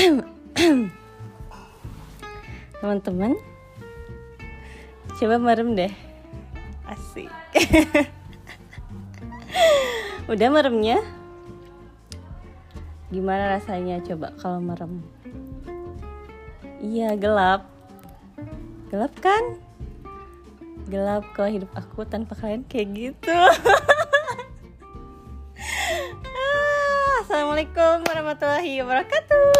Teman-teman, coba merem deh. Asik. Udah meremnya? Gimana rasanya coba kalau merem? Iya, gelap. Gelap kan? Gelap kalau hidup aku tanpa kalian kayak gitu. Assalamualaikum warahmatullahi wabarakatuh.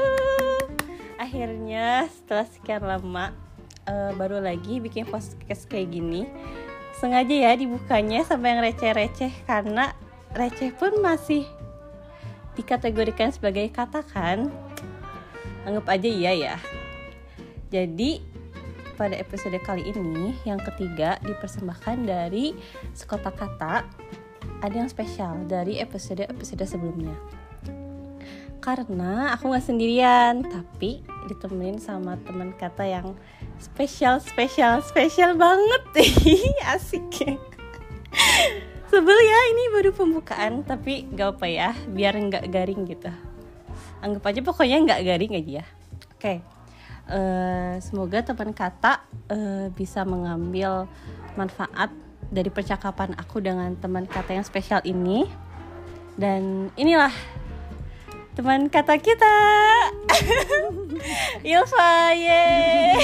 Akhirnya setelah sekian lama baru lagi bikin podcast kayak gini. Sengaja ya dibukanya sampai yang receh-receh, karena receh pun masih dikategorikan sebagai kata kan. Anggap aja iya ya. Jadi pada episode kali ini yang ketiga dipersembahkan dari Sekota Kata. Ada yang spesial dari episode sebelumnya. Karena aku gak sendirian, tapi ditemenin sama teman kata yang spesial banget. Asik ya. Sebel ya, ini baru pembukaan, tapi gak apa ya, biar gak garing gitu. Anggap aja pokoknya gak garing aja ya. Oke. Semoga teman kata bisa mengambil manfaat dari percakapan aku dengan teman kata yang spesial ini. Dan inilah teman kata kita. Ilva, yeay.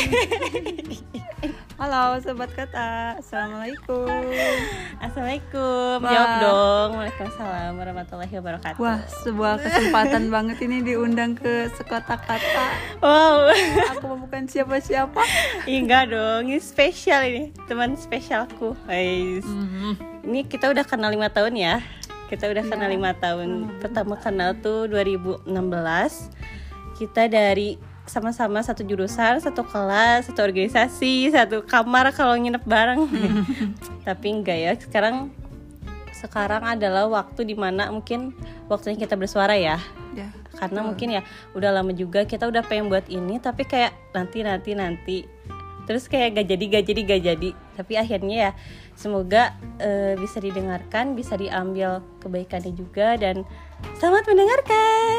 Halo sobat kata, assalamualaikum. Assalamualaikum. Jawab dong. Waalaikumsalam warahmatullahi wabarakatuh. Wah, sebuah kesempatan banget ini diundang ke Sekota Kata. Wow. Aku bukan siapa-siapa. Enggak dong, ini spesial ini, teman spesialku. Ini kita udah kenal 5 tahun ya. Kita udah kenal 5 tahun. Pertama kenal tuh 2016. Kita dari sama-sama satu jurusan, satu kelas, satu organisasi, satu kamar kalau nginep bareng. Tapi enggak ya. Sekarang adalah waktu dimana mungkin waktunya kita bersuara ya. Ya, karena mungkin ya udah lama juga kita udah pengen buat ini, tapi kayak nanti. Terus kayak gak jadi. Tapi akhirnya ya semoga bisa didengarkan, bisa diambil kebaikannya juga, dan selamat mendengarkan.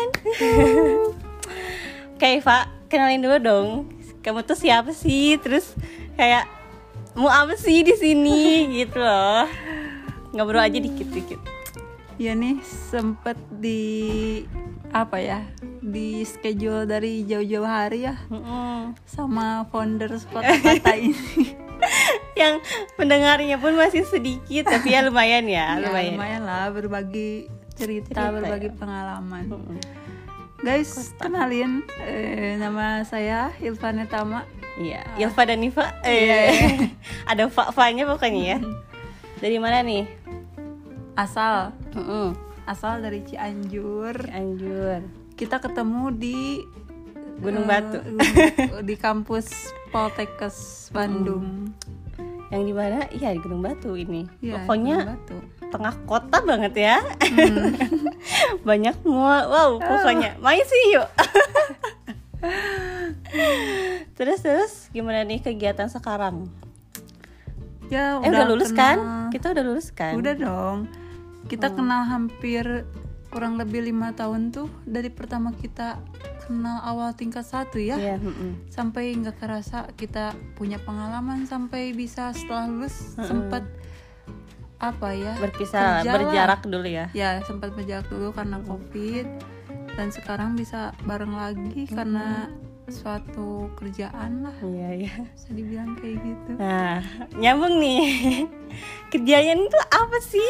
Oke, Eva, kenalin dulu dong. Kamu tuh siapa sih? Terus kayak mau apa sih di sini gitu loh. Ngobrol aja dikit-dikit. Ya nih, sempet di schedule dari jauh-jauh hari ya. Sama founder Sekota Kata ini. Yang pendengarnya pun masih sedikit, tapi ya lumayan ya. Lumayan lah, berbagi cerita berbagi pengalaman. Guys, kenalin, nama saya Ilva Netama. Iya, Ilva dan Niva. Ada fa-fanya pokoknya ya. Dari mana nih? Asal dari Cianjur. Kita ketemu di Gunung Batu. Di kampus Poltekkes Bandung. Yang di mana? Iya, di Gunung Batu ini. Ya, pokoknya tengah kota banget ya. Banyak mall. Wow, pokoknya main sih yuk. Terus gimana nih kegiatan sekarang? Ya, udah lulus kan? Kita udah lulus kan? Udah dong. Kita kenal hampir kurang lebih 5 tahun tuh, dari pertama kita kenal awal tingkat 1 ya. Yeah, sampai nggak kerasa kita punya pengalaman sampai bisa setelah lulus sempat berpisah, berjarak dulu ya. Ya, sempat berjarak dulu karena Covid, dan sekarang bisa bareng lagi karena suatu kerjaan lah. Iya. Bisa dibilang kayak gitu. Nah, nyambung nih. Kerjaan itu apa sih?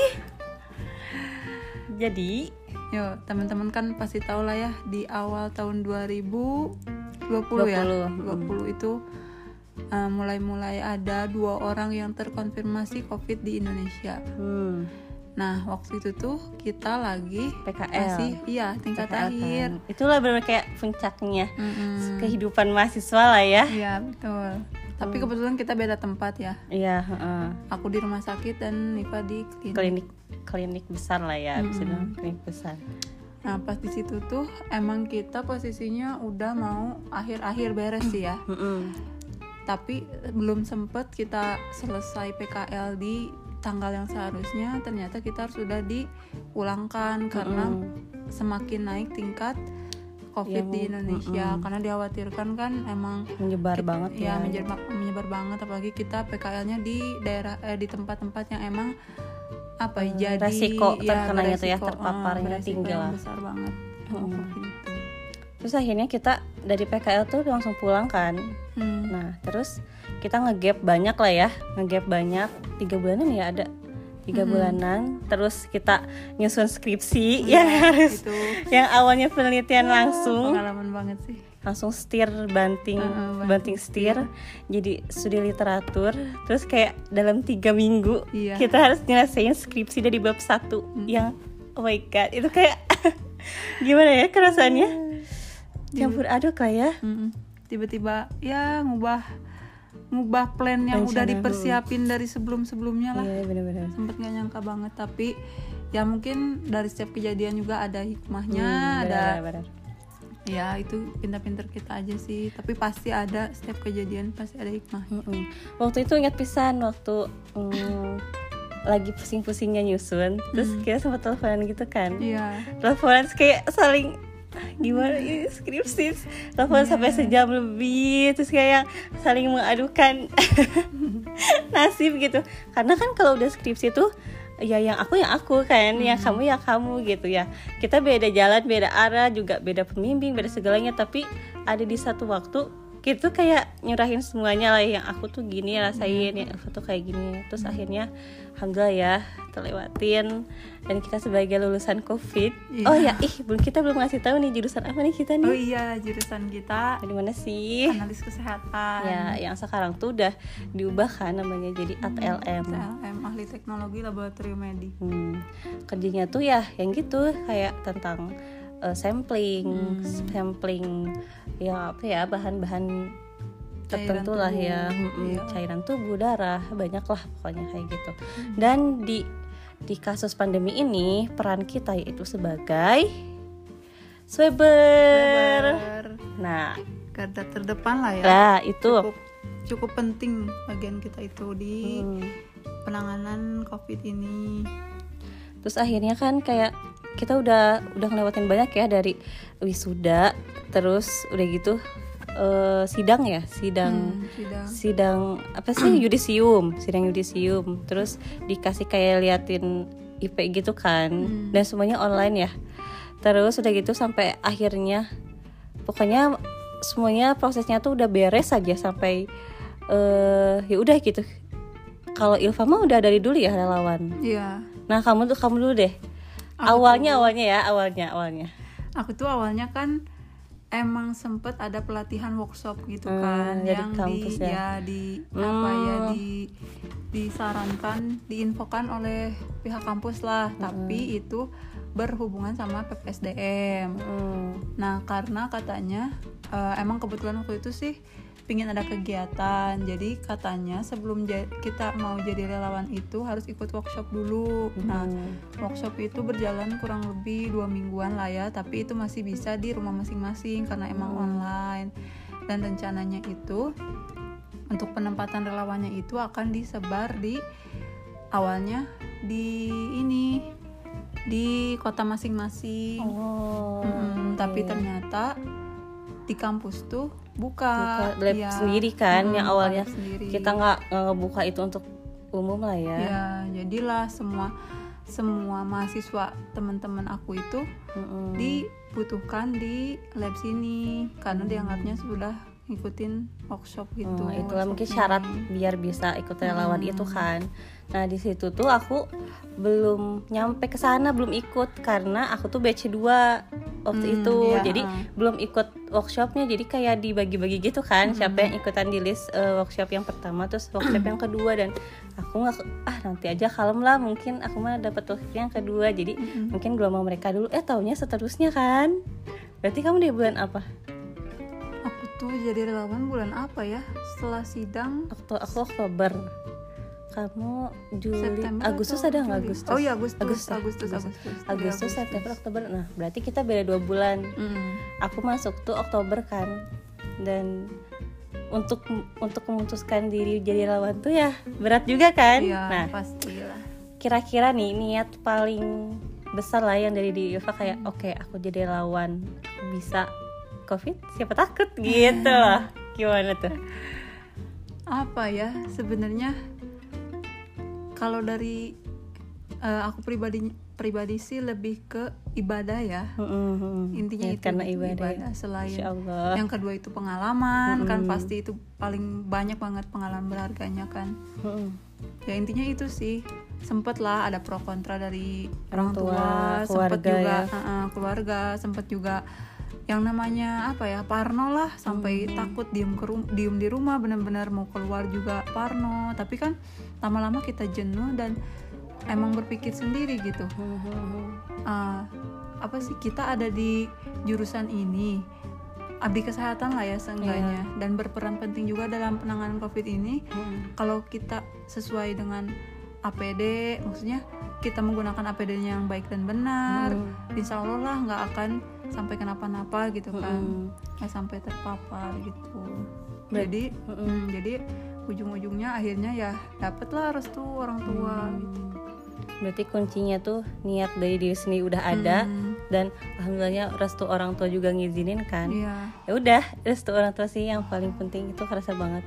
Jadi, teman-teman kan pasti tahu lah ya, di awal tahun 2020 itu mulai ada 2 orang yang terkonfirmasi COVID di Indonesia. Nah, waktu itu tuh kita lagi PKL. Tingkat PKL akhir. Kan. Itulah benar kayak puncaknya kehidupan mahasiswa lah ya. Iya, betul. Tapi kebetulan kita beda tempat ya. Iya. Aku di rumah sakit dan Niva di klinik besar lah ya, bisa bilang klinik besar. Nah, pas di situ tuh emang kita posisinya udah mau akhir-akhir beres sih ya. Tapi belum sempet kita selesai PKL di tanggal yang seharusnya. Ternyata kita harus sudah diulangkan karena semakin naik tingkat COVID di Indonesia, karena dikhawatirkan kan emang menyebar banget ya, menyebar banget, apalagi kita PKL-nya di daerah di tempat-tempat yang emang jadi resiko terkenanya tuh ya, terpaparnya tinggi lah, besar banget. Terus akhirnya kita dari PKL tuh langsung pulang kan. Nah terus kita ngegap banyak lah ya, 3 bulanan ya, ada 3 bulanan. Terus kita nyusun skripsi yang harus itu. Yang awalnya penelitian langsung, pengalaman banget sih, langsung banting setir jadi studi literatur. Terus kayak dalam 3 minggu kita harus nyelesain skripsi dari bab 1 yang oh my god, itu kayak gimana ya kerasannya, campur aduk lah ya. Tiba-tiba ya ngubah plan yang udah dipersiapin dari sebelumnya lah. Iya, benar-benar. Sempet nggak nyangka banget, tapi ya mungkin dari setiap kejadian juga ada hikmahnya, benar. Ya itu pintar-pintar kita aja sih, tapi pasti ada, setiap kejadian pasti ada hikmahnya. Waktu itu ingat pisan waktu lagi pusing-pusingnya nyusun, terus kita sempat teleponan gitu kan. Iya. Teleponan kayak saling gimana ini skripsi, telepon sampai sejam lebih, terus kayak saling mengadukan nasib gitu. Karena kan kalau udah skripsi tuh ya yang aku kan, yang kamu gitu ya. Kita beda jalan, beda arah, juga beda pembimbing, beda segalanya, tapi ada di satu waktu kita kayak nyerahin semuanya lah, yang aku tuh gini rasain, yang aku tuh kayak gini. Terus akhirnya alhamdulillah ya terlewatin, dan kita sebagai lulusan COVID. Oh ya, kita belum ngasih tahu nih jurusan apa nih kita nih. Oh iya, jurusan kita di mana sih? Analis kesehatan. Ya, yang sekarang tuh udah diubah kan namanya jadi ATLM. Ahli Teknologi Laboratorium Medik. Kerjanya tuh ya yang gitu, kayak tentang sampling ya apa ya, bahan-bahan tertentu lah ya, cairan tubuh, darah, banyak lah pokoknya kayak gitu. Dan di kasus pandemi ini peran kita yaitu sebagai sweber. Nah, garda terdepan lah ya. Nah, itu cukup penting bagian kita itu di penanganan COVID ini. Terus akhirnya kan kayak kita udah ngelewatin banyak ya, dari wisuda, terus udah gitu sidang apa sih, sidang yudisium, terus dikasih kayak liatin IP gitu kan, dan semuanya online ya. Terus udah gitu sampai akhirnya pokoknya semuanya prosesnya tuh udah beres aja sampai ya udah gitu. Kalau Ilva mah udah dari dulu ya relawan. Iya. Nah kamu dulu deh. Awalnya. Aku tuh awalnya kan emang sempet ada pelatihan workshop gitu kan, yang kampus, disarankan, diinfokan oleh pihak kampus lah, tapi itu berhubungan sama PPSDM. Nah karena katanya emang kebetulan waktu itu sih pingin ada kegiatan, jadi katanya sebelum kita mau jadi relawan itu harus ikut workshop dulu. Nah workshop itu berjalan kurang lebih 2 mingguan lah ya, tapi itu masih bisa di rumah masing-masing karena emang online. Dan rencananya itu untuk penempatan relawannya itu akan disebar di awalnya di kota masing-masing. Tapi ternyata di kampus tuh buka lab sendiri kan, yang awalnya kita nggak ngebuka itu untuk umum lah ya. Ya jadilah semua mahasiswa teman-teman aku itu dibutuhkan di lab sini karena dianggapnya sudah ngikutin workshop gitu. Itulah mungkin syarat biar bisa ikut relawan itu kan. Nah di situ tuh aku belum nyampe ke sana, belum ikut karena aku tuh batch 2 waktu itu. Jadi belum ikut workshopnya, jadi kayak dibagi-bagi gitu kan. Siapa yang ikutan di list workshop yang pertama, terus workshop yang kedua, dan aku nggak nanti aja kalem lah, mungkin aku mah dapat workshop yang kedua, jadi mungkin belum mau mereka dulu. Taunya seterusnya kan. Berarti kamu di bulan apa? Aku tuh jadi relawan bulan apa ya? Setelah sidang. Aku Oktober. Kamu Juli, September Agustus ada nggak Agustus? Oh iya Agustus, September, Oktober. Nah berarti kita beda 2 bulan. Aku masuk tuh Oktober kan, dan untuk memutuskan diri jadi relawan tuh ya berat juga kan. Nah pastilah. Kira-kira nih niat paling besar lah yang dari Ilva kayak oke, aku jadi relawan, aku bisa COVID siapa takut gitu loh. Gimana tuh? Apa ya sebenarnya kalau dari aku pribadi sih lebih ke ibadah ya. Intinya ya, itu karena ibadah. Selain Insya Allah. yang kedua itu pengalaman kan pasti itu paling banyak banget pengalaman berharganya kan. Ya intinya itu sih, sempet lah ada pro kontra dari orang tua, sempet juga ya. Keluarga, sempet juga yang namanya apa ya, parno lah, sampai takut diem di rumah, benar-benar mau keluar juga parno. Tapi kan lama-lama kita jenuh dan emang berpikir sendiri gitu. Apa sih, kita ada di jurusan ini, abdi kesehatan lah ya seenggaknya, dan berperan penting juga dalam penanganan COVID ini. Kalau kita sesuai dengan APD, maksudnya kita menggunakan APD-nya yang baik dan benar, insya Allah lah nggak akan sampai kenapa-napa gitu kan, nggak sampai terpapar gitu. Jadi ujung-ujungnya akhirnya ya dapatlah restu orang tua gitu. Berarti kuncinya tuh niat dari diri sendiri udah ada, dan alhamdulillahnya restu orang tua juga ngizinin kan. Ya udah, restu orang tua sih yang paling penting, itu kerasa banget.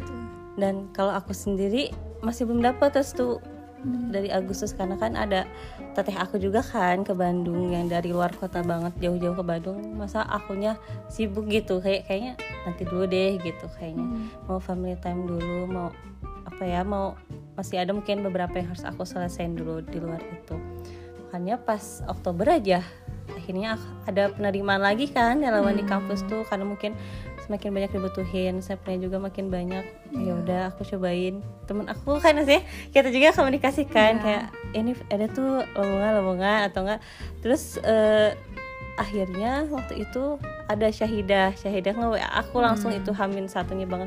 Dan kalau aku sendiri masih belum dapat restu dari Agustus, karena kan ada teteh aku juga kan ke Bandung yang dari luar kota banget, jauh-jauh ke Bandung. Masa akunya sibuk gitu, kayaknya nanti dulu deh gitu, kayaknya mau family time dulu, mau apa ya, mau masih ada mungkin beberapa yang harus aku selesaiin dulu di luar itu. Makanya pas Oktober aja akhirnya ada penerimaan lagi kan relawan di kampus tuh, karena mungkin semakin banyak dibutuhin, sampelnya juga makin banyak. Ya udah aku cobain, temen aku kan sih kita juga komunikasikan kayak ini ada tuh lowongan atau enggak. Terus akhirnya waktu itu ada Syahidah nge-WA aku langsung, itu H-1-nya banget.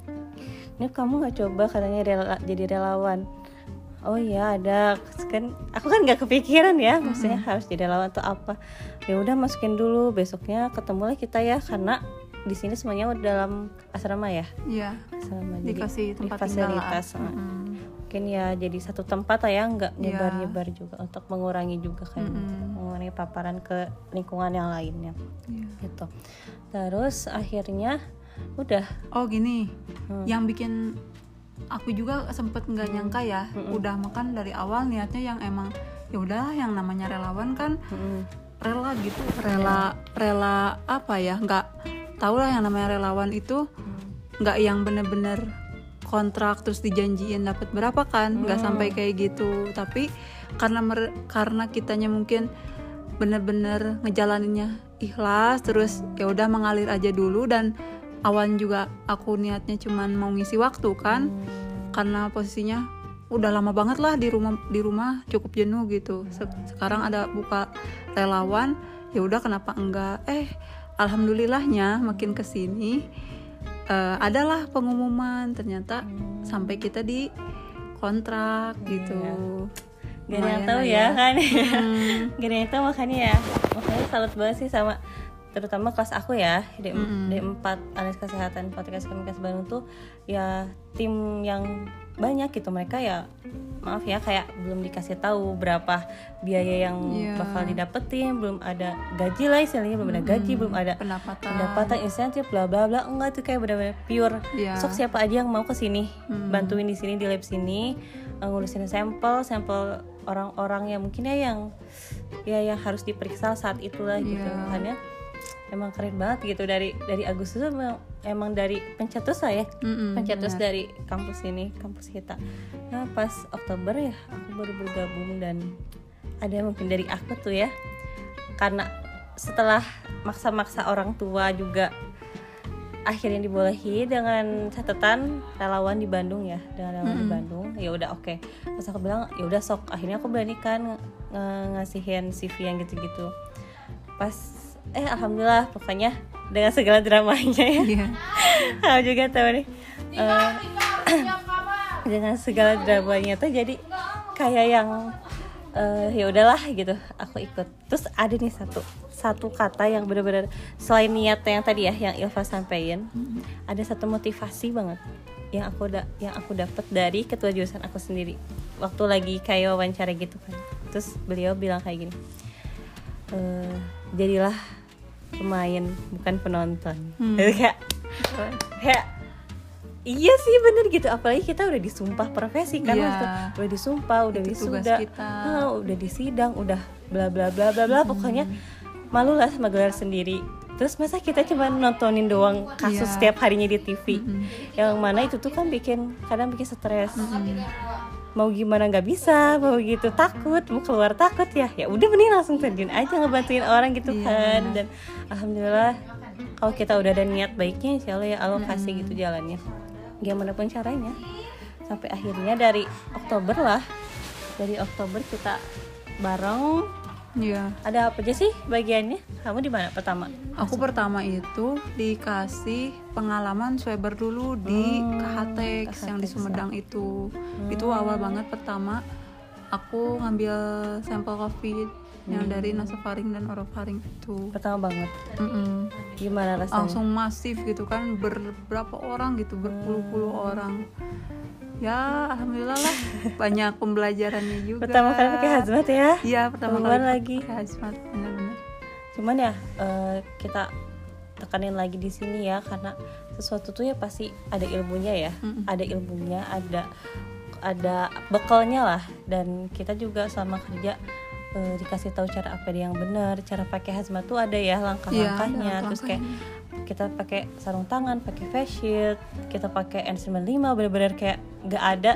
Ini kamu nggak coba katanya jadi relawan? Oh iya ada, kan aku kan nggak kepikiran ya, maksudnya harus jadi relawan atau apa. Ya udah masukin dulu, besoknya ketemulah kita ya, karena di sini semuanya udah dalam asrama ya. Iya. Asrama, dikasih jadi tempat fasilitas. Mungkin ya jadi satu tempat lah ya, nggak nyebar juga untuk mengurangi juga kan, mengurangi paparan ke lingkungan yang lainnya. Gitu. Terus akhirnya udah. Oh gini, yang bikin aku juga sempet nggak nyangka ya, udah makan dari awal niatnya yang emang ya udah, yang namanya relawan kan rela gitu, rela apa ya, nggak tahu lah yang namanya relawan itu nggak yang bener-bener kontrak terus dijanjiin dapat berapa kan, nggak sampai kayak gitu. Tapi karena kitanya mungkin bener-bener ngejalaninnya ikhlas, terus ya udah mengalir aja dulu. Dan awalnya juga aku niatnya cuman mau ngisi waktu kan, karena posisinya udah lama banget lah di rumah cukup jenuh gitu. Sekarang ada buka relawan, ya udah kenapa enggak. Alhamdulillahnya makin kesini adalah pengumuman, ternyata sampai kita di kontrak gitu. Gak ada yang tahu ya kan. Gak ada yang tahu, makanya salut banget sih sama terutama kelas aku ya, D4 Analis Kesehatan Fakultas Kemenkes Bandung tuh ya tim yang banyak gitu. Mereka ya maaf ya kayak belum dikasih tahu berapa biaya yang bakal didapetin, belum ada gaji lah istilahnya, belum ada gaji, belum ada pendapatan insentif bla bla bla, enggak tuh kayak benar-benar pure. Sok siapa aja yang mau ke sini bantuin di sini di lab sini, ngurusin sampel orang-orang yang mungkin yang harus diperiksa saat itulah gitu. Makanya emang keren banget gitu dari Agustus emang dari pencetus saya, pencetus dari kampus ini, kampus kita. Nah pas Oktober ya aku baru bergabung, dan ada mungkin dari aku tuh ya, karena setelah maksa-maksa orang tua juga akhirnya dibolehi dengan catatan relawan di Bandung ya, dengan relawan di Bandung. Ya udah oke. Pas aku bilang ya udah sok, akhirnya aku beranikan ngasihin CV yang gitu-gitu. Pas alhamdulillah pokoknya dengan segala dramanya ya. Aku juga tahu nih dengan segala dramanya tuh jadi kayak yang ya udahlah gitu, aku ikut. Terus ada nih satu kata yang benar-benar selain niat yang tadi ya yang Ilva sampaikan, ada satu motivasi banget yang aku dapat dari ketua jurusan aku sendiri waktu lagi kayak wawancara gitu kan. Terus beliau bilang kayak gini, jadilah pemain bukan penonton. Jadi kayak iya sih bener gitu, apalagi kita udah disumpah profesi kan, udah disumpah, udah wisuda, udah disidang, udah bla bla bla bla bla, pokoknya malu lah sama gelar sendiri. Terus masa kita cuma nontonin doang kasus setiap harinya di TV, yang mana itu tuh kan kadang bikin stres. Mau gimana nggak bisa, mau gitu takut, mau keluar takut ya udah mending langsung terjun aja ngebantuin orang gitu kan. Dan alhamdulillah kalau kita udah ada niat baiknya, insya Allah ya Allah kasih gitu jalannya, gimana pun caranya. Sampai akhirnya dari Oktober kita bareng. Ada apa aja sih bagiannya? Kamu di mana pertama? Aku pertama itu dikasih pengalaman sweber dulu di KHTX yang di Sumedang itu. Itu awal banget pertama aku ngambil sampel COVID yang dari nasofaring dan orofaring itu. Pertama banget. Gimana rasanya? Langsung masif gitu kan, berberapa orang gitu, berpuluh-puluh orang. Ya alhamdulillah lah, banyak pembelajarannya juga. Pertama kali pakai hazmat ya? Iya, pertama kali lagi pakai hazmat, benar-benar. Cuman ya kita tekanin lagi di sini ya, karena sesuatu tuh ya pasti ada ilmunya ya, ada ilmunya, ada bekalnya lah. Dan kita juga selama kerja dikasih tahu cara apa yang benar, cara pakai hazmat tuh ada ya langkah-langkahnya. Terus kayak kita pakai sarung tangan, pakai face shield, kita pakai N95, benar-benar kayak nggak ada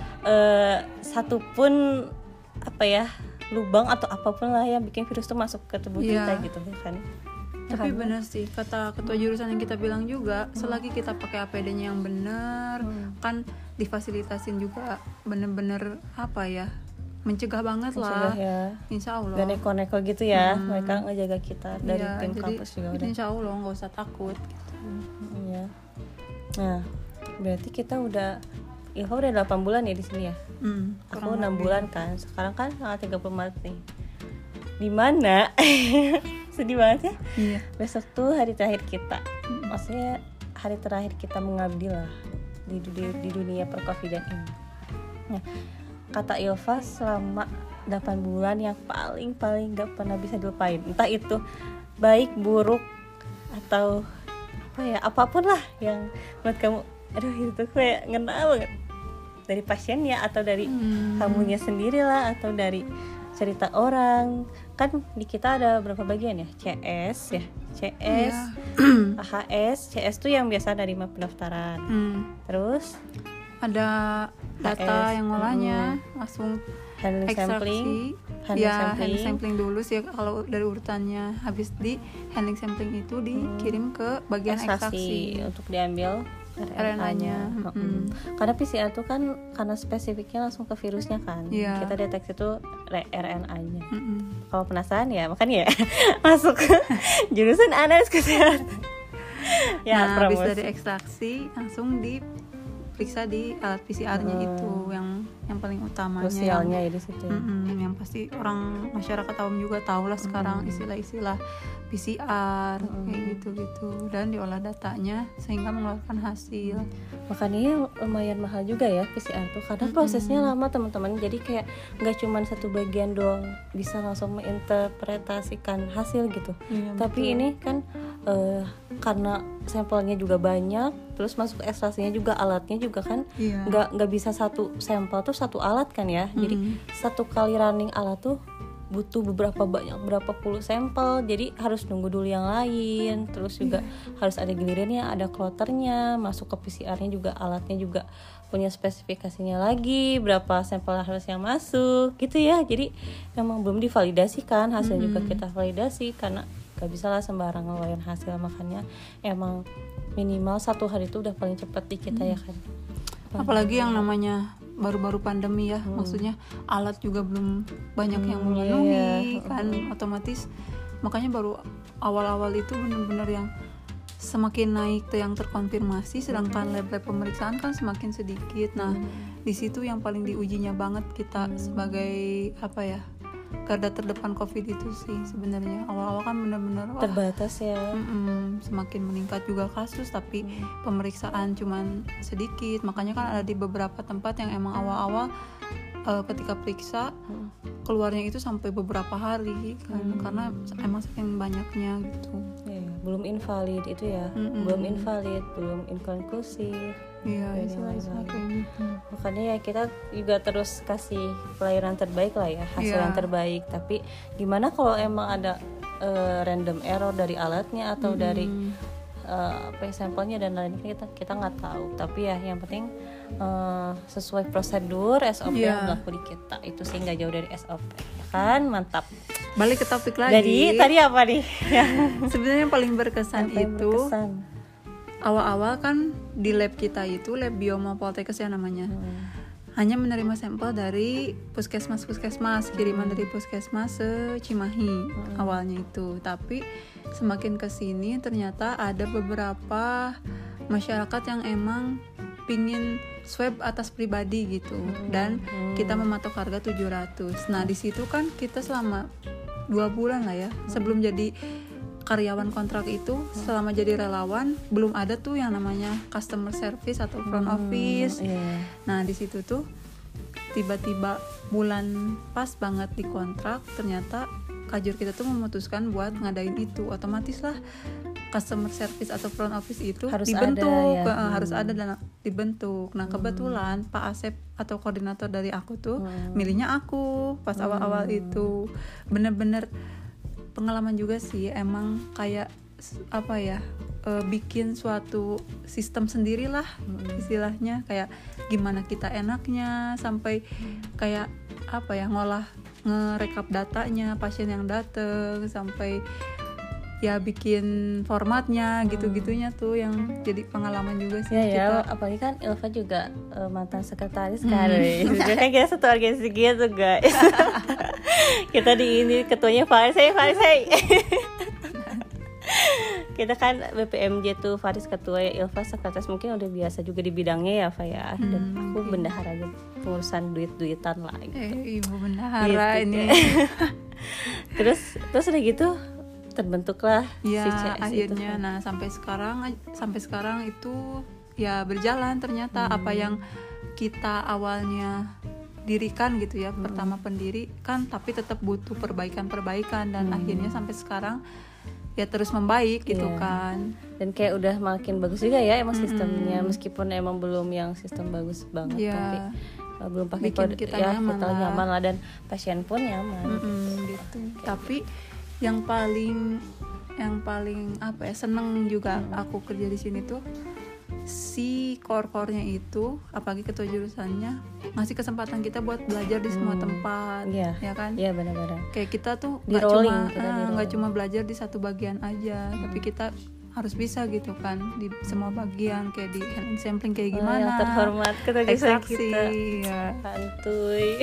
satupun lubang atau apapun lah yang bikin virus tuh masuk ke tubuh kita gitu kan. Tapi benar sih kata ketua jurusan yang kita bilang juga, selagi kita pakai APD-nya yang benar, kan difasilitasin juga benar-benar mencegah banget lah ya. Insya Allah. Gak neko-neko gitu ya, mereka ngejaga kita dari tim kampus juga udah. Insya Allah nggak usah takut gitu. Iya. Nah, berarti kita udah 8 bulan ya di sini ya. Aku 6 bulan kan. Sekarang kan tanggal 30 Maret nih. Di mana? Sedih banget ya. Iya. Besok tuh hari terakhir kita. Maksudnya hari terakhir kita mengabdi lah di dunia percovidan ini. Nah, kata Ilva selama 8 bulan yang paling gak pernah bisa dilupain, entah itu baik, buruk, atau apapun lah yang menurut kamu itu kayak ngena banget, dari pasiennya atau dari kamunya sendiri lah, atau dari cerita orang. Kan di kita ada berapa bagian ya? CS, AHS. CS tuh yang biasa dari pendaftaran. Terus ada data yang ngolahnya, langsung handling sampling. Handling sampling dulu sih kalau dari urutannya. Habis di handling sampling itu dikirim ke bagian ekstraksi untuk diambil RNA-nya. Karena PCR tuh kan karena spesifiknya langsung ke virusnya kan. Kita deteksi tuh RNA-nya. Kalau penasaran ya makanya ya masuk jurusan analis kesehatan. Habis dari ekstraksi langsung diperiksa di alat PCR-nya itu yang paling utamanya. Krusialnya ya di situ. Yang pasti orang masyarakat awam juga tahu lah sekarang istilah-istilah PCR kayak gitu-gitu, dan diolah datanya sehingga mengeluarkan hasil. Makanya lumayan mahal juga ya PCR tuh, karena prosesnya lama teman-teman. Jadi kayak nggak cuma satu bagian doang bisa langsung menginterpretasikan hasil gitu. Tapi betul. Ini kan karena sampelnya juga banyak, terus masuk ekstraksinya juga, alatnya juga kan nggak bisa satu sampel tuh satu alat kan ya. Jadi satu kali running alat tuh butuh berapa puluh sampel, jadi harus nunggu dulu yang lain. Terus juga harus ada gilirannya, ada kloternya, masuk ke PCR-nya juga, alatnya juga punya spesifikasinya lagi, berapa sampel harus yang masuk gitu ya. Jadi memang belum divalidasikan, hasil juga kita validasi, karena gak bisa lah sembarang ngeluarin hasil. Makanya emang minimal 1 hari itu udah paling cepat di kita ya kan. Apalagi yang namanya baru-baru pandemi ya, maksudnya alat juga belum banyak yang memenuhi kan, otomatis. Makanya baru awal-awal itu benar-benar yang semakin naik tuh yang terkonfirmasi, sedangkan lab-lab pemeriksaan kan semakin sedikit. Nah, di situ yang paling diujinya banget kita sebagai garda terdepan COVID itu sih sebenarnya. Awal-awal kan benar-benar terbatas ya. Semakin meningkat juga kasus, tapi pemeriksaan cuman sedikit. Makanya kan ada di beberapa tempat yang emang awal-awal ketika periksa keluarnya itu sampai beberapa hari kan, karena emang saking banyaknya gitu. Belum invalid itu ya, belum invalid, belum inkonklusif. Iya, istilah-istilah kayak gitu. Makanya ya kita juga terus kasih pelayanan terbaik lah ya, hasil yang terbaik. Tapi gimana kalau emang ada random error dari alatnya atau dari sampelnya dan lain-lain, kita nggak tahu. Tapi ya yang penting sesuai prosedur SOP yang berlaku di kita, itu sih nggak jauh dari SOP ya kan. Mantap. Balik ke topik lagi. Jadi tadi apa nih? Sebenarnya yang paling berkesan awal-awal kan di lab kita itu lab Biomapoltekkes ya namanya. Hanya menerima sampel dari puskesmas, kiriman dari puskesmas se-Cimahi awalnya itu. Tapi semakin kesini ternyata ada beberapa masyarakat yang emang pingin swab atas pribadi gitu, dan kita mematok harga 700. Nah di situ kan kita selama 2 bulan lah ya, sebelum jadi karyawan kontrak itu, selama jadi relawan belum ada tuh yang namanya customer service atau front office. Nah di situ tuh tiba-tiba bulan pas banget di kontrak, ternyata kajur kita tuh memutuskan buat ngadain itu. Otomatis lah customer service atau front office itu harus dibentuk, harus ada dan dibentuk. Nah kebetulan Pak Asep atau koordinator dari aku tuh milihnya aku pas awal-awal itu. Bener-bener pengalaman juga sih, emang kayak apa ya, bikin suatu sistem sendirilah istilahnya, kayak gimana kita enaknya sampai kayak apa ya, ngerekap datanya pasien yang dateng, sampai ya bikin formatnya gitu-gitunya tuh yang jadi pengalaman juga sih kita. Ya, apalagi kan Ilva juga mantan sekretaris kan. Kan kita satu organisasi gitu guys. Kita di ini ketuanya Faris. Kita kan BPMJ tuh, Faris ketua, Ilva sekretaris, mungkin udah biasa juga di bidangnya ya Fa ya. Dan aku bendahara aja, pengurusan duit-duitan lah gitu. Ibu bendahara gitu, ini. terus udah gitu terbentuklah ya, si CS akhirnya itu. Nah sampai sekarang itu ya berjalan ternyata. Apa yang kita awalnya dirikan gitu ya, pertama pendiri kan, tapi tetap butuh perbaikan dan akhirnya sampai sekarang ya terus membaik gitu kan. Dan kayak udah makin bagus juga ya emang sistemnya, meskipun emang belum yang sistem bagus banget, tapi belum pakai kode kita ya, nyaman kita lah. nyaman lah dan pasien pun nyaman gitu. Tapi yang paling apa ya, seneng juga aku kerja di sini tuh si core-nya itu, apalagi ketua jurusannya ngasih kesempatan kita buat belajar di semua tempat, ya kan? Iya benar-benar. Kayak kita tuh nggak cuma belajar di satu bagian aja, tapi kita harus bisa gitu kan di semua bagian, kayak di hand sampling kayak gimana. Yang terhormat ketua jurusan kita. Ya. Santuy.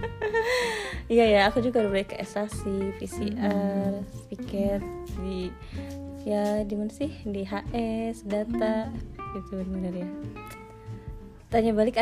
Iya ya, aku juga udah ke ekstraksi, PCR, piket di mana sih, di HS, data gitu benar ya. Tanya balik.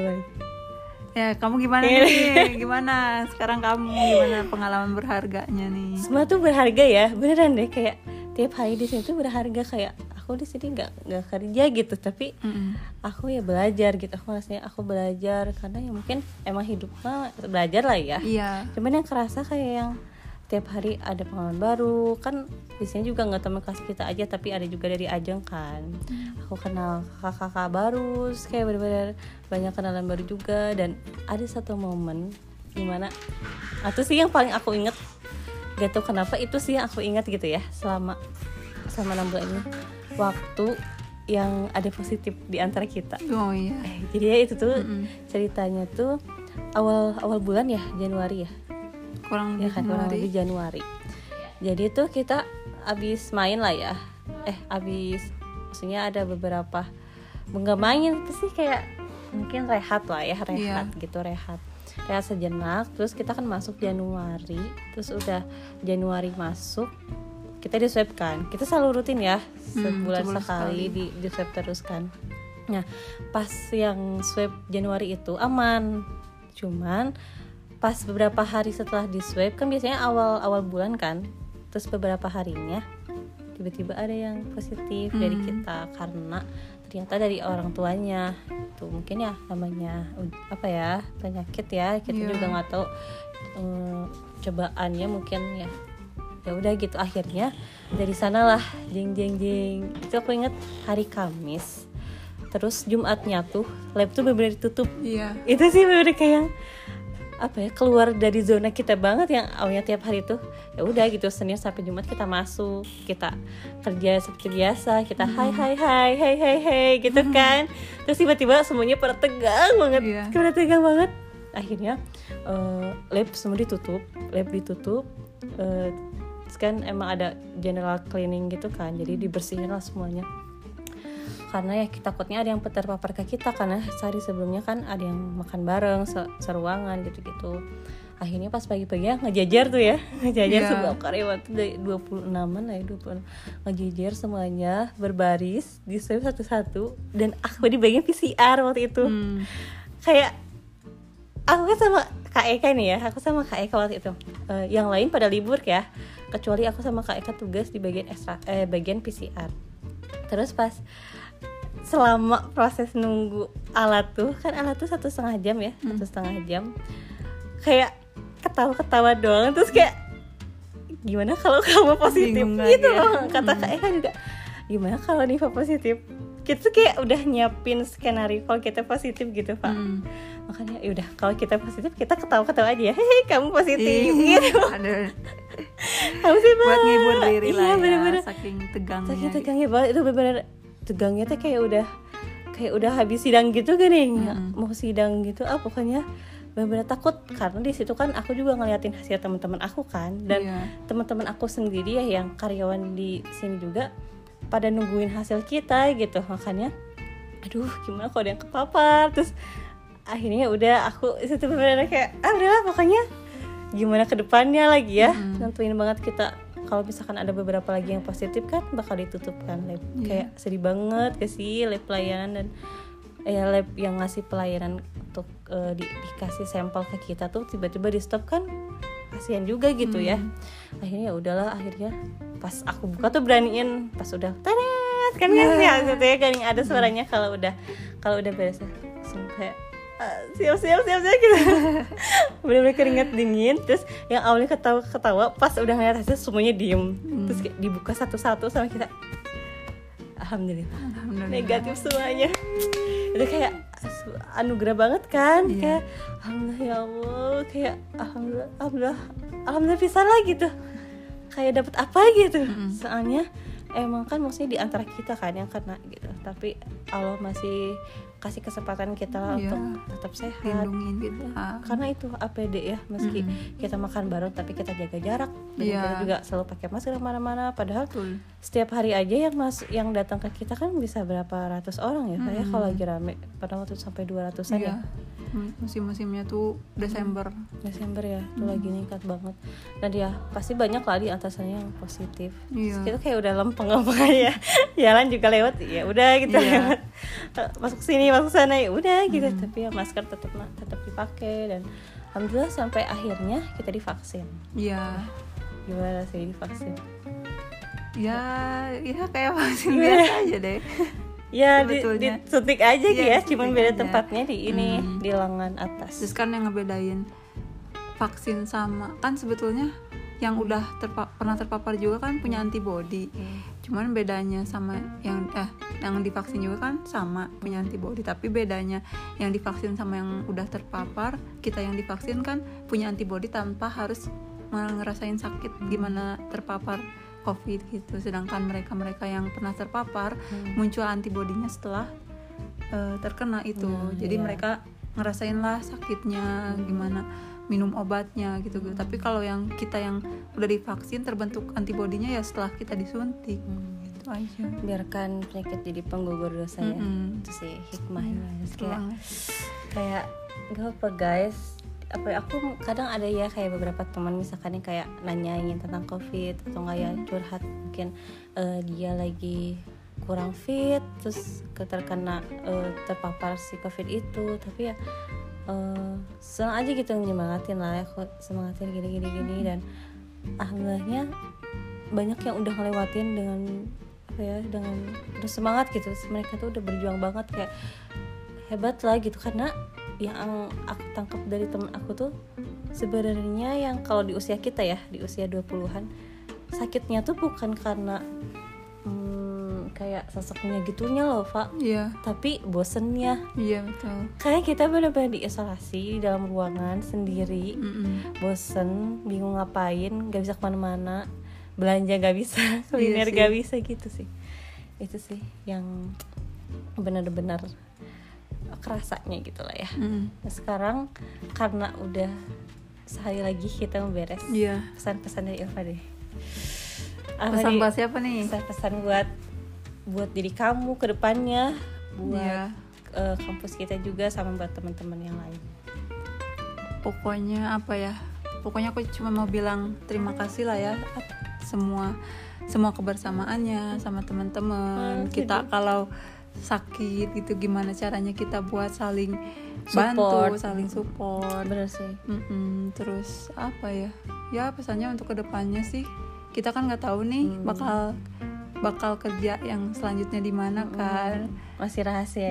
Ya, kamu gimana nih? Gimana sekarang kamu, gimana pengalaman berharganya nih? Semua tuh berharga ya, beneran deh, kayak tiap hari di sini tuh berharga. Kayak aku di sini nggak kerja gitu, tapi aku ya belajar gitu. Aku rasanya aku belajar karena ya mungkin emang hidup mah belajar lah ya. Iya. Cuman yang kerasa kayak yang tiap hari ada pengalaman baru kan. Di sini juga nggak teman kelas kita aja, tapi ada juga dari Ajeng kan. Aku kenal kakak-kakak baru, kayak benar-benar banyak kenalan baru juga. Dan ada satu momen dimana itu sih yang paling aku inget, gak tau kenapa itu sih yang aku ingat gitu ya selama 6 bulan ini, waktu yang ada positif di antara kita. Oh iya. Jadi ya itu tuh ceritanya tuh awal bulan ya, Januari ya. Kurang lebih Januari. Jadi tuh kita abis main lah ya. Maksudnya ada beberapa nggak main itu sih, kayak mungkin rehat lah ya, gitu, rehat sejenak. Terus kita kan masuk Januari, terus udah Januari masuk kita di swab kan. Kita selalu rutin ya, sebulan sekali di swab terus kan. Nah pas yang swab Januari itu aman, cuman pas beberapa hari setelah di swab kan biasanya awal bulan kan, terus beberapa harinya tiba-tiba ada yang positif dari kita karena ternyata dari orang tuanya. Tuh mungkin ya namanya apa ya, penyakit ya, kita juga nggak tahu cobaannya mungkin ya udah gitu. Akhirnya dari sanalah jeng itu aku ingat hari Kamis, terus Jumatnya tuh lab tuh benar-benar ditutup. Itu sih benar-benar kayak apa ya, keluar dari zona kita banget yang awalnya tiap hari tuh ya udah gitu Senin sampai Jumat kita masuk, kita kerja seperti biasa, kita hai gitu kan. Terus tiba-tiba semuanya pada tegang banget, tegang banget. Akhirnya lab semua ditutup, terus kan emang ada general cleaning gitu kan, jadi dibersihin lah semuanya. Karena ya takutnya ada yang terpapar ke kita, karena sehari sebelumnya kan ada yang makan bareng seruangan gitu-gitu. Akhirnya pas pagi-pagi ya ngejajar tuh ya, semua karyawan tuh dari 26-an lah ya, 26 ngejajar semuanya berbaris di swab satu-satu, dan aku di bagian PCR waktu itu. Kayak aku kan sama Kak Eka nih ya, aku sama Kak Eka waktu itu. Yang lain pada libur ya, kecuali aku sama Kak Eka tugas di bagian PCR. Terus pas selama proses nunggu alat tuh 1,5 jam ya, 1,5 jam kayak ketawa doang. Terus kayak gimana kalau kamu positif gitu loh, kata Kak Eka juga gimana kalau Niva positif. Kita tuh kayak udah nyiapin skenario kalau kita positif gitu Pak. Makanya yaudah kalau kita positif kita ketawa aja ya, hehe kamu positif gitu. Kamu sih buat ngibur diri lah ya, bener-bener. saking tegangnya banget itu, bener-bener tegangnya tuh kayak udah habis sidang gitu kan nih, mau sidang gitu pokoknya bener-bener takut. Karena di situ kan aku juga ngeliatin hasil teman-teman aku kan, dan teman-teman aku sendiri ya yang karyawan di sini juga pada nungguin hasil kita gitu. Makanya aduh gimana kalau ada yang kepapar. Terus akhirnya udah aku itu bener-bener kayak udahlah pokoknya gimana ke depannya lagi ya, nentuin banget kita. Kalau misalkan ada beberapa lagi yang positif kan bakal ditutup kan lab. Kayak sedih banget ke si lab pelayanan dan lab yang ngasih pelayanan untuk dikasih sampel ke kita tuh tiba-tiba di stop kan, kasihan juga gitu ya. Akhirnya udahlah, akhirnya pas aku buka tuh beraniin pas udah tenet kan ya gitu ya, kan ada suaranya kalau udah beres ya. Langsung kayak siap gitu. Bener-bener keringat dingin. Terus yang awalnya ketawa pas udah ngeliat hasil semuanya diem. Terus kayak dibuka satu-satu sama kita, alhamdulillah negatif semuanya. Itu kayak anugerah banget kan. Kayak alhamdulillah ya Allah, kayak alhamdulillah bisa lah gitu, kayak dapet apa gitu. Soalnya emang kan maksudnya di antara kita kan yang kena gitu, tapi Allah masih kasih kesempatan kita lah untuk tetap sehat, lindungin kita. Karena itu APD ya, meski kita makan bareng tapi kita jaga jarak, dan kita juga selalu pakai masker kemana-mana. Padahal setiap hari aja yang datang ke kita kan bisa berapa ratus orang ya, kayak kalau lagi rame pada waktu sampai 200-an ya. Musim-musimnya tuh Desember ya, itu lagi meningkat banget. Dan ya pasti banyak lah di atasnya yang positif. Kita kayak udah lempeng aja, jalan juga lewat ya udah gitu, lewat masuk sini masuk sana ya udah gitu. Tapi ya masker tetap dipakai, dan alhamdulillah sampai akhirnya kita divaksin. Gimana sih divaksin? Ya kayak vaksin biasa aja deh. Ya disuntik aja gitu ya, cuman beda tempatnya di ini di lengan atas. Terus kan yang ngebedain vaksin sama, kan sebetulnya yang udah pernah terpapar juga kan punya antibody. Cuman bedanya sama yang divaksin juga kan sama punya antibody, tapi bedanya yang divaksin sama yang udah terpapar, kita yang divaksin kan punya antibody tanpa harus ngerasain sakit gimana terpapar COVID gitu. Sedangkan mereka yang pernah terpapar muncul antibodinya setelah terkena itu. Jadi mereka ngerasain lah sakitnya gimana, minum obatnya gitu. Tapi kalau yang kita yang udah divaksin terbentuk antibodinya ya setelah kita disuntik. Gitu aja. Biarkan penyakit jadi penggugur dosa ya. Itu sih hikmahnya. Kayak gak apa guys, aku kadang ada ya kayak beberapa teman misalkan yang kayak nanyain tentang COVID atau nggak ya curhat, mungkin dia lagi kurang fit terus terpapar si COVID itu, tapi ya senang aja gitu nyemangatin lah ya, aku semangatin gini dan alhamdulillahnya banyak yang udah ngelewatin dengan apa ya, dengan udah semangat gitu. Mereka tuh udah berjuang banget, kayak hebat lah gitu. Karena yang aku tangkap dari temen aku tuh sebenarnya yang kalau di usia kita ya, di usia 20-an, sakitnya tuh bukan karena kayak sosoknya gitunya loh, Pak. Iya. Tapi bosennya. Iya, betul. Kayak kita benar-benar diisolasi di dalam ruangan sendiri. Bosen, bingung ngapain, gak bisa kemana-mana, belanja gak bisa, kuliner gak bisa gitu sih. Itu sih yang benar-benar kerasanya gitu lah ya. Nah, sekarang karena udah sehari lagi kita mau beres, pesan-pesan dari Ilva deh. Pesan buat siapa nih? Pesan buat diri kamu ke depannya, buat kampus kita juga, sama buat teman-teman yang lain. Pokoknya apa ya? Pokoknya aku cuma mau bilang terima kasih lah ya, semua kebersamaannya sama teman-teman. Kita kalau sakit gitu, gimana caranya kita buat saling bantu, saling support. Bener sih. Terus apa ya? Ya pesannya untuk kedepannya sih, kita kan nggak tahu nih bakal kerja yang selanjutnya di mana kan. Masih rahasia.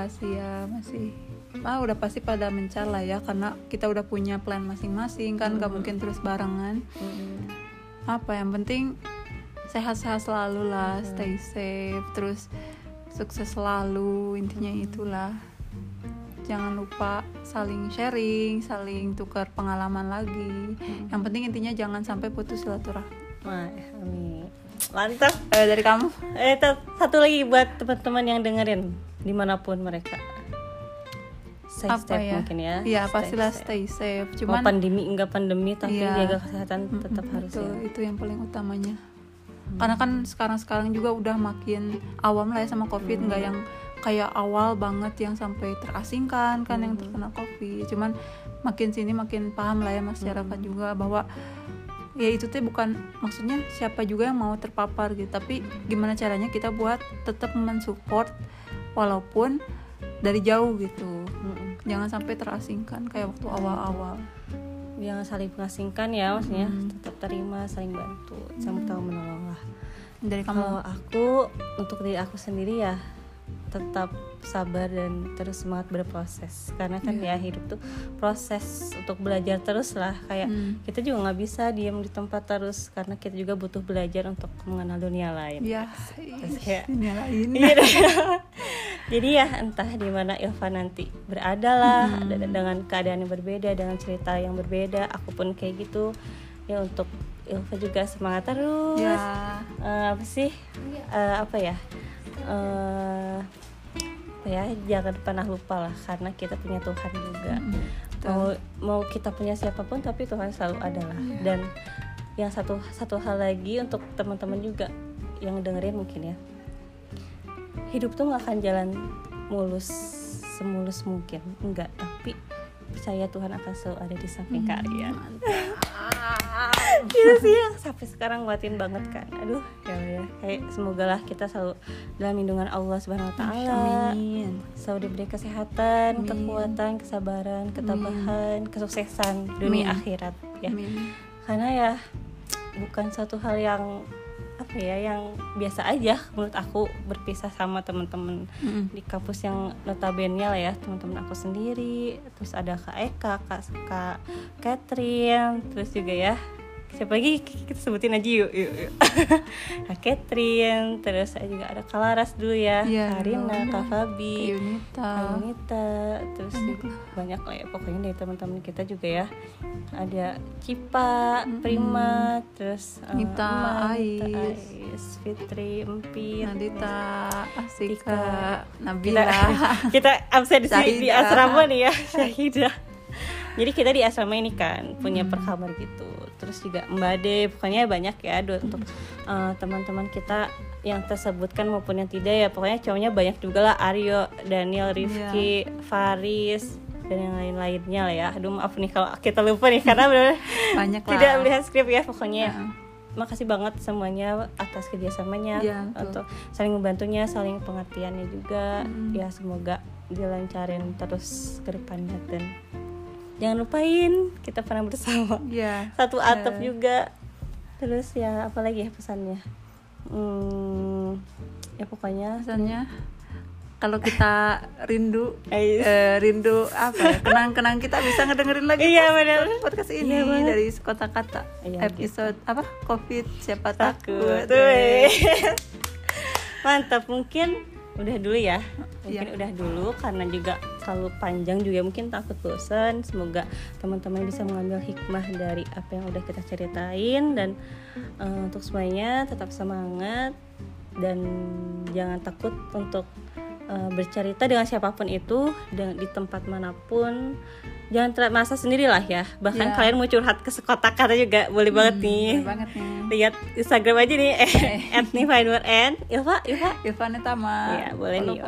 Udah pasti pada mencar lah ya, karena kita udah punya plan masing-masing kan, nggak mungkin terus barengan. Apa yang penting sehat-sehat selalu lah, stay safe, terus sukses selalu, intinya itulah. Jangan lupa saling sharing, saling tukar pengalaman lagi. Yang penting intinya jangan sampai putus silaturahmi. Amin. Mantap. Dari kamu? Satu lagi buat teman-teman yang dengerin dimanapun mereka. Stay safe mungkin ya. Iya, pastilah stay safe. Cuman mau pandemi enggak pandemi, tapi jaga kesehatan tetap harus ya. Itu yang paling utamanya. Karena kan sekarang juga udah makin awam lah ya sama COVID, nggak yang kayak awal banget yang sampai terasingkan kan yang terkena COVID. Cuman makin sini makin paham lah ya masyarakat juga bahwa ya itu tuh bukan maksudnya siapa juga yang mau terpapar gitu, tapi gimana caranya kita buat tetap mensupport walaupun dari jauh gitu. Jangan sampai terasingkan kayak waktu awal-awal. Jangan saling mengasingkan ya, maksudnya tetap terima, saling bantu, sama tahu menolong lah. Dari kamu? Kalau aku, untuk diri aku sendiri ya tetap sabar dan terus semangat berproses, karena kan ya hidup tuh proses untuk belajar terus lah. Kayak kita juga nggak bisa diam di tempat terus, karena kita juga butuh belajar untuk mengenal dunia lain. Dunia lain. Jadi ya entah di mana Ilva nanti berada lah, dengan keadaan yang berbeda, dengan cerita yang berbeda. Aku pun kayak gitu ya. Untuk Ilva juga semangat terus. Jangan pernah lupa lah, karena kita punya Tuhan juga. Mau kita punya siapapun, tapi Tuhan selalu ada lah. Dan yang satu hal lagi untuk teman-teman juga yang dengerin mungkin ya, hidup tuh nggak akan jalan semulus mungkin, enggak, tapi percaya Tuhan akan selalu ada di samping kalian. Itu sih yang sampai sekarang nguatin banget kan. Aduh ya, kayak semoga lah kita selalu dalam lindungan Allah Subhanahu Wa Taala. Selalu diberi kesehatan, kekuatan, kesabaran, ketabahan, kesuksesan dunia akhirat ya. Karena ya bukan suatu hal yang yang biasa aja menurut aku berpisah sama teman-teman di kampus yang notabene lah ya, teman-teman aku sendiri. Terus ada Kak Eka, Kak Catherine, terus juga ya siapa lagi kita sebutin aja yuk. Kak Catherine, terus juga ada Kak Laras dulu ya, Karina, Kak Fabi, Yunita, terus banyak lah ya pokoknya dari teman-teman kita juga ya. Ada Cipa, Prima, terus Nita, Ais, Fitri, Empit, Nadita, Asika, Nabila. Kita absen di asrama nih ya, Syahidah. Jadi kita di asrama ini kan punya perkamar gitu. Terus juga Mbak Ade, pokoknya banyak ya untuk teman-teman kita yang tersebutkan maupun yang tidak ya. Pokoknya cowoknya banyak juga lah, Aryo, Daniel, Rifki, Faris, dan yang lain-lainnya lah ya. Aduh maaf nih kalau kita lupa nih, karena benar banyak lah. Tidak melihat skrip ya pokoknya. Makasih banget semuanya atas kerjasamanya, untuk saling membantunya, saling pengertiannya juga. Ya semoga dilancarin terus ke depannya, dan jangan lupain kita pernah bersama satu atap juga. Terus ya apa lagi ya pesannya? Ya pokoknya Misalnya kalau kita rindu rindu apa ya, kenang-kenang kita bisa ngedengerin lagi podcast ini dari Sekota Kata episode apa COVID siapa takut. Mantap, mungkin udah dulu ya. Udah dulu karena juga kalau panjang juga mungkin takut bosan. Semoga teman-teman bisa mengambil hikmah dari apa yang udah kita ceritain. Dan untuk semuanya tetap semangat dan jangan takut untuk bercerita dengan siapapun itu di tempat manapun. Jangan merasa sendiri lah ya. Bahkan kalian mau curhat ke Sekota Kata juga boleh banget nih. Boleh banget nih. Lihat Instagram aja nih @nifainur and Ilva Netama. Ya boleh nih.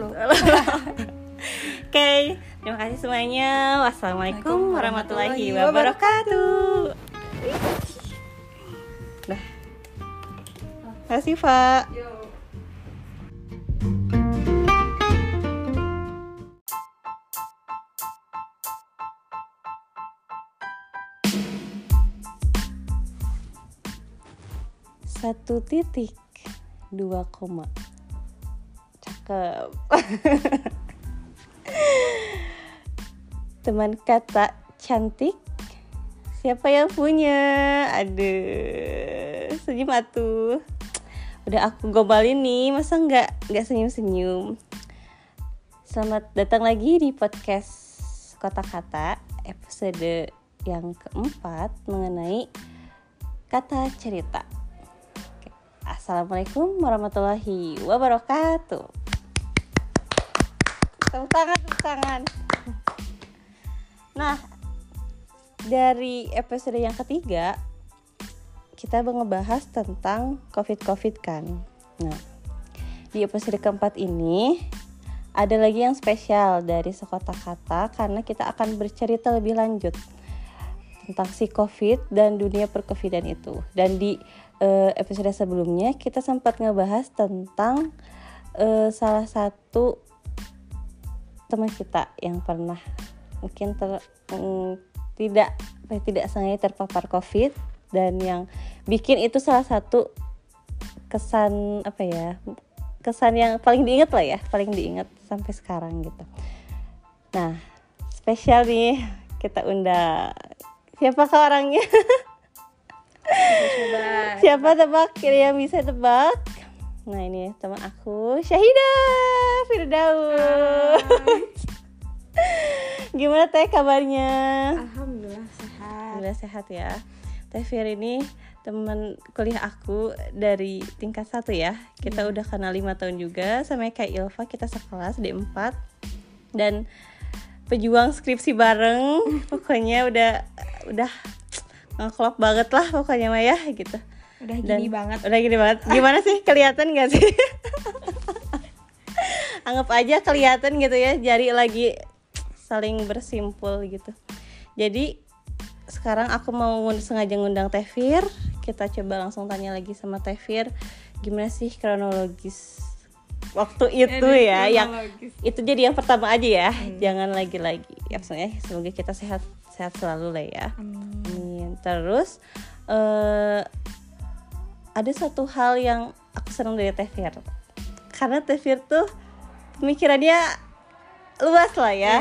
Oke, terima kasih semuanya. Wassalamualaikum warahmatullahi wabarakatuh. Dah. Makasih Pak. Satu titik 2 koma. Cakep. Teman kata cantik, siapa yang punya? Aduh, senyum atuh. Udah aku gombalin nih, masa nggak senyum-senyum. Selamat datang lagi di podcast Kota Kata episode yang keempat mengenai kata cerita. Assalamualaikum warahmatullahi wabarakatuh. Tepuk tangan. Nah, dari episode yang ketiga kita ngebahas tentang COVID kan. Nah, di episode keempat ini ada lagi yang spesial dari Sekota Kata karena kita akan bercerita lebih lanjut tentang si COVID dan dunia per-COVIDan itu. Dan di episode sebelumnya kita sempat ngebahas tentang salah satu teman kita yang pernah mungkin tidak sengaja terpapar COVID dan yang bikin itu salah satu kesan yang paling diingat sampai sekarang gitu. Nah, spesial nih kita undang siapakah orangnya? Siapa tebak? Kira yang bisa tebak? Nah ini teman aku, Syahidah Firdaus. Gimana Teh kabarnya? Alhamdulillah sehat ya. Teh Fir ini teman kuliah aku dari tingkat 1 ya. Kita udah kenal 5 tahun juga. Sama kayak Ilva kita sekelas D4 dan pejuang skripsi bareng. Pokoknya udah ngeklop banget lah pokoknya mah ya gitu. Udah gini banget. Gimana sih, kelihatan gak sih? Anggap aja kelihatan gitu ya, jari lagi saling bersimpul gitu. Jadi sekarang aku mau sengaja ngundang Teh Fir. Kita coba langsung tanya lagi sama Teh Fir, gimana sih kronologis waktu itu ya, yang itu jadi yang pertama aja ya. Jangan lagi-lagi. Ya maksudnya semoga kita sehat selalu lah ya. Amin. Terus ada satu hal yang aku senang dari Teh Fir. Karena Teh Fir tuh pemikirannya luas lah ya.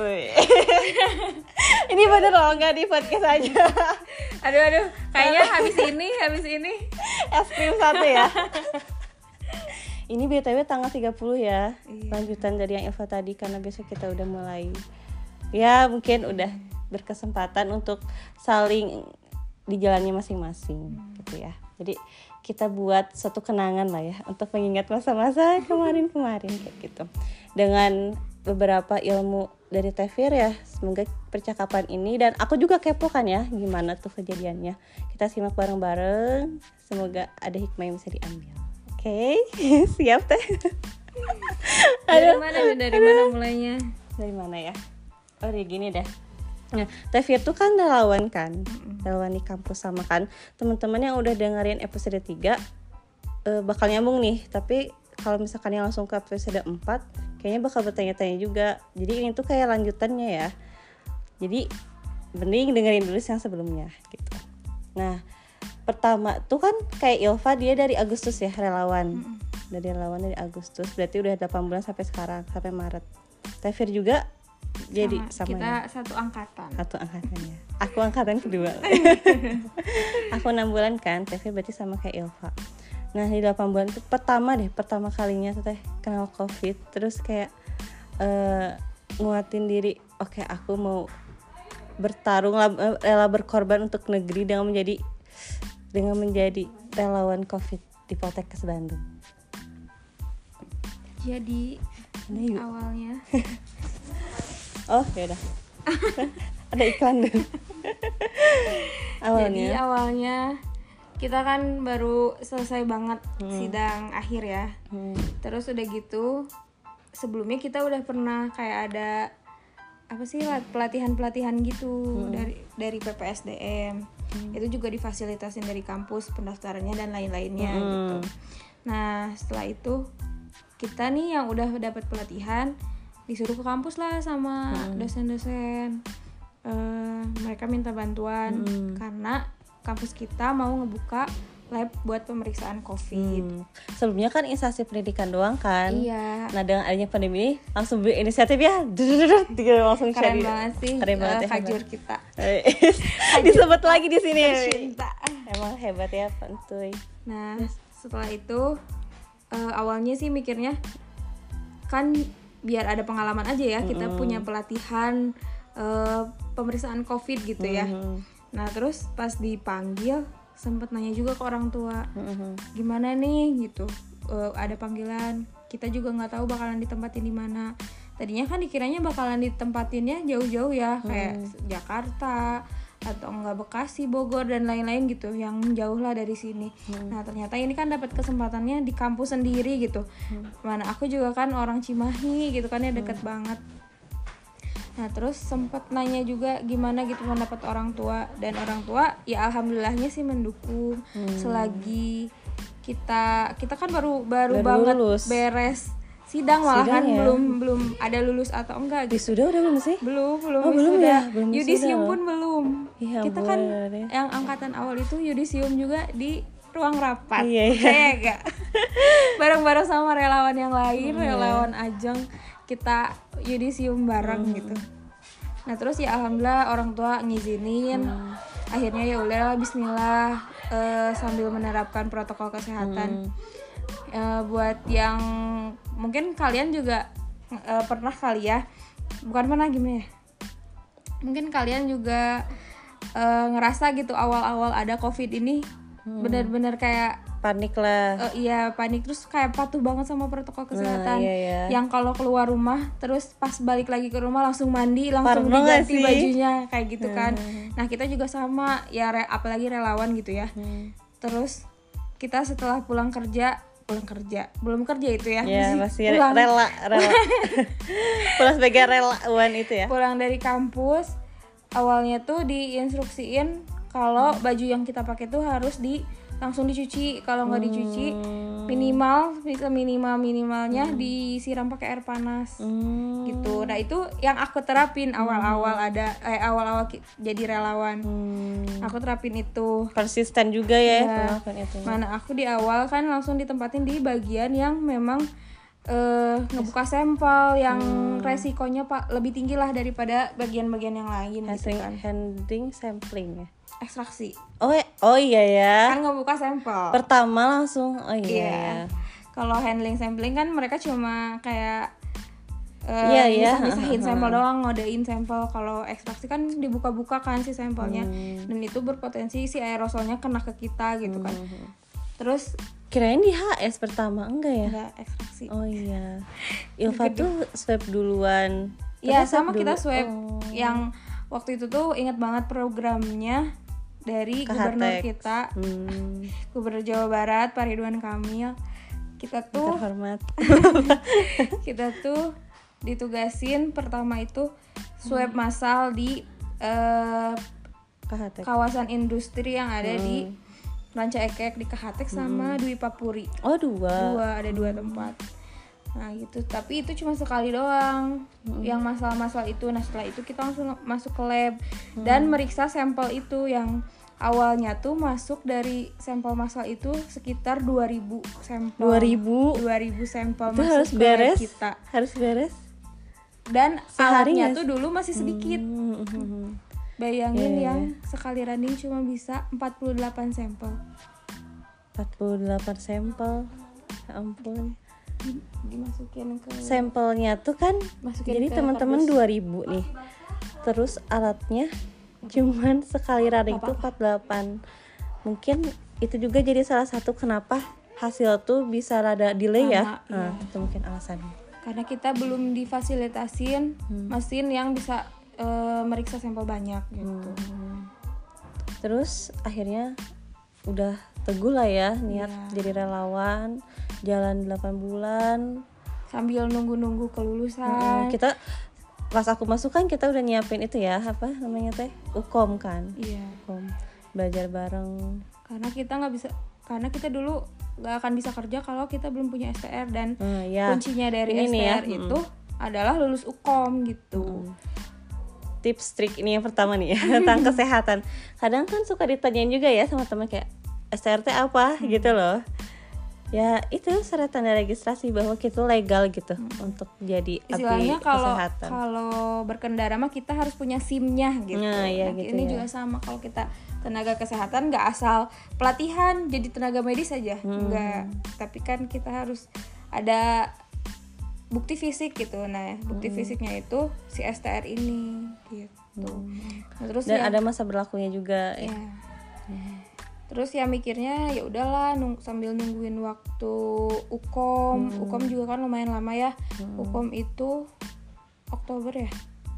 Ini bener loh, nggak di podcast aja. Aduh, kayaknya habis ini es krim 1 ya. Ini BTW tanggal 30 ya. Lanjutan dari yang Eva tadi karena besok kita udah mulai. Ya mungkin udah berkesempatan untuk saling di jalannya masing-masing gitu ya. Jadi kita buat suatu kenangan lah ya untuk mengingat masa-masa kemarin kayak gitu. Dengan beberapa ilmu dari Teh Fir ya. Semoga percakapan ini, dan aku juga kepo kan ya gimana tuh kejadiannya. Kita simak bareng-bareng. Semoga ada hikmah yang bisa diambil. Oke, siap Teh. Dari mana mulainya? Dari mana ya? Oh, dari gini deh. Nah, Teh Fir tuh kan relawan kan, relawan di kampus sama kan. Teman-teman yang udah dengerin episode 3 bakal nyambung nih. Tapi kalau misalkan yang langsung ke episode 4, kayaknya bakal bertanya-tanya juga. Jadi ini tuh kayak lanjutannya ya. Jadi mending dengerin dulu yang sebelumnya gitu. Nah, pertama tuh kan kayak Ilva dia dari Agustus ya relawan. Dari Agustus, berarti udah 8 bulan sampai sekarang, sampai Maret. Tevir juga jadi sama kita ya? Satu angkatan ya. Aku angkatan kedua. Aku 6 bulan kan, Tevir berarti sama kayak Ilva. Nah di 8 bulan itu pertama kalinya Teteh kenal COVID. Terus kayak nguatin diri, oke, aku mau bertarung, rela berkorban untuk negeri dengan menjadi relawan COVID di Poltekkes Bandung. Jadi awalnya oh ya udah. Ada iklan dulu. Jadi awalnya kita kan baru selesai banget sidang akhir ya. Terus udah gitu sebelumnya kita udah pernah kayak ada pelatihan gitu dari PPSDM. Itu juga difasilitasin dari kampus, pendaftarannya dan lain-lainnya gitu. Nah setelah itu kita nih yang udah dapat pelatihan disuruh ke kampus lah sama dosen-dosen. Mereka minta bantuan karena kampus kita mau ngebuka lab buat pemeriksaan COVID. Sebelumnya kan instansi pendidikan doang kan. Iya. Nah dengan adanya pandemi ini langsung berinisiatif ya. Langsung keren banget sih. Keren banget ya, Kajur kita. Disebut lagi di sini. Cinta. Emang hebat ya Pak Entuy. Nah setelah itu awalnya sih mikirnya kan biar ada pengalaman aja ya, kita punya pelatihan pemeriksaan COVID gitu ya. Nah terus pas dipanggil sempet nanya juga ke orang tua, gimana nih gitu, ada panggilan, kita juga nggak tahu bakalan ditempatin di mana. Tadinya kan dikiranya bakalan ditempatinnya jauh-jauh ya, kayak Jakarta atau enggak Bekasi, Bogor dan lain-lain gitu, yang jauh lah dari sini. Nah ternyata ini kan dapat kesempatannya di kampus sendiri gitu. Mana aku juga kan orang Cimahi gitu kan ya, deket banget. Nah terus sempat nanya juga gimana gitu pendapat orang tua, dan orang tua ya alhamdulillahnya sih mendukung. Selagi kita kan baru banget lulus. Beres sidang malahan ya? belum ada lulus atau enggak gitu. Wisuda udah belum sih? Belum belum wisuda. ya? Belum Yudisium wisuda. pun belum. Ya, kita kan yang angkatan awal itu yudisium juga di ruang rapat. Iya. Kayak gak bareng-bareng sama relawan yang lain, relawan Ajeng, kita yudisium bareng gitu. Nah terus ya alhamdulillah orang tua ngizinin. Akhirnya ya udahlah bismillah, sambil menerapkan protokol kesehatan. Buat yang mungkin kalian juga pernah kali ya, bukan pernah gimana ya, mungkin kalian juga ngerasa gitu awal-awal ada COVID ini benar-benar kayak panik lah. Iya panik, terus kayak patuh banget sama protokol kesehatan. Iya. Yang kalau keluar rumah terus pas balik lagi ke rumah langsung mandi, langsung Parno diganti sih? bajunya kayak gitu kan. Nah kita juga sama ya, apalagi relawan gitu ya. Terus kita setelah pulang kerja belum kerja itu ya, masih pulang. rela pulang sebagai relawan itu ya. Pulang dari kampus awalnya tuh diinstruksiin kalau baju yang kita pakai tuh harus langsung dicuci. Kalau nggak dicuci minimalnya disiram pakai air panas gitu. Nah itu yang aku terapin awal-awal jadi relawan. Aku terapin itu. Persisten juga ya. Mana aku di awal kan langsung ditempatin di bagian yang memang ngebuka sampel yang resikonya lebih tinggi lah daripada bagian-bagian yang lain gitu kan. Handling sampling ya. Ekstraksi. Oh iya ya. Kan ngebuka sampel. Pertama langsung. Oh iya. Kalau handling sampling kan mereka cuma kayak misahin sampel doang, ngodein sampel. Kalau ekstraksi kan dibuka-buka kan si sampelnya. Dan itu berpotensi si aerosolnya kena ke kita gitu kan. Terus kirain di HS pertama, enggak ya? Enggak, ekstraksi. Oh iya. Ilva tuh swab duluan. Iya sama kita swab. Yang waktu itu tuh ingat banget programnya dari gubernur kita, Gubernur Jawa Barat Pak Ridwan Kamil. Kita tuh terhormat. Kita tuh ditugasin pertama itu swab massal di kawasan industri yang ada di Ranca Ekek, di Kahatek sama Dwi Papuri. Oh dua. Ada 2 tempat. Nah gitu, tapi itu cuma sekali doang yang masalah-masalah itu. Nah setelah itu kita langsung masuk ke lab dan meriksa sampel itu yang awalnya tuh masuk dari sampel massal itu sekitar 2000 sampel. 2000 sampel itu masuk harus ke beres lab kita. harus beres Dan sehari alatnya nggak tuh dulu masih sedikit. Bayangin Iya. yang sekali running cuma bisa 48 sampel. 48 sampel, ya ampun. Dimasukin ke Sampelnya tuh kan, Masukin jadi ke teman-teman kardus. 2000 nih. Terus alatnya cuman sekali running tuh 48. Mungkin itu juga jadi salah satu kenapa hasil tuh bisa rada delay ya. Lama, iya. Itu mungkin alasannya. karena kita belum difasilitasin mesin yang bisa meriksa sampel banyak gitu. Terus akhirnya udah teguh lah ya niat Iya. jadi relawan, jalan 8 bulan. Sambil nunggu-nunggu kelulusan. Kita pas aku masuk kan kita udah nyiapin itu ya, apa namanya teh? Ukom kan. Iya. Ukom. Belajar bareng. Karena kita dulu gak akan bisa kerja kalau kita belum punya STR, dan Ya. kuncinya dari Ini nih ya, STR itu adalah lulus Ukom gitu. Tips trik ini yang pertama nih ya, tentang kesehatan. Kadang kan suka ditanyain juga ya sama teman kayak STRT apa gitu loh. Ya itu surat tanda registrasi bahwa kita legal gitu untuk jadi Istilahnya abdi kalau kesehatan. berkendara mah kita harus punya SIM-nya gitu. Nah, ya gitu ini ya. juga sama, kalau kita tenaga kesehatan nggak asal pelatihan jadi tenaga medis aja, enggak. Tapi kan kita harus ada bukti fisik gitu. Nah, bukti fisiknya itu si STR ini gitu. Nah, terus Dan ya, ada masa berlakunya juga. ya. Terus ya mikirnya ya udahlah sambil nungguin waktu Ukom. Ukom juga kan lumayan lama ya. Ukom itu Oktober ya?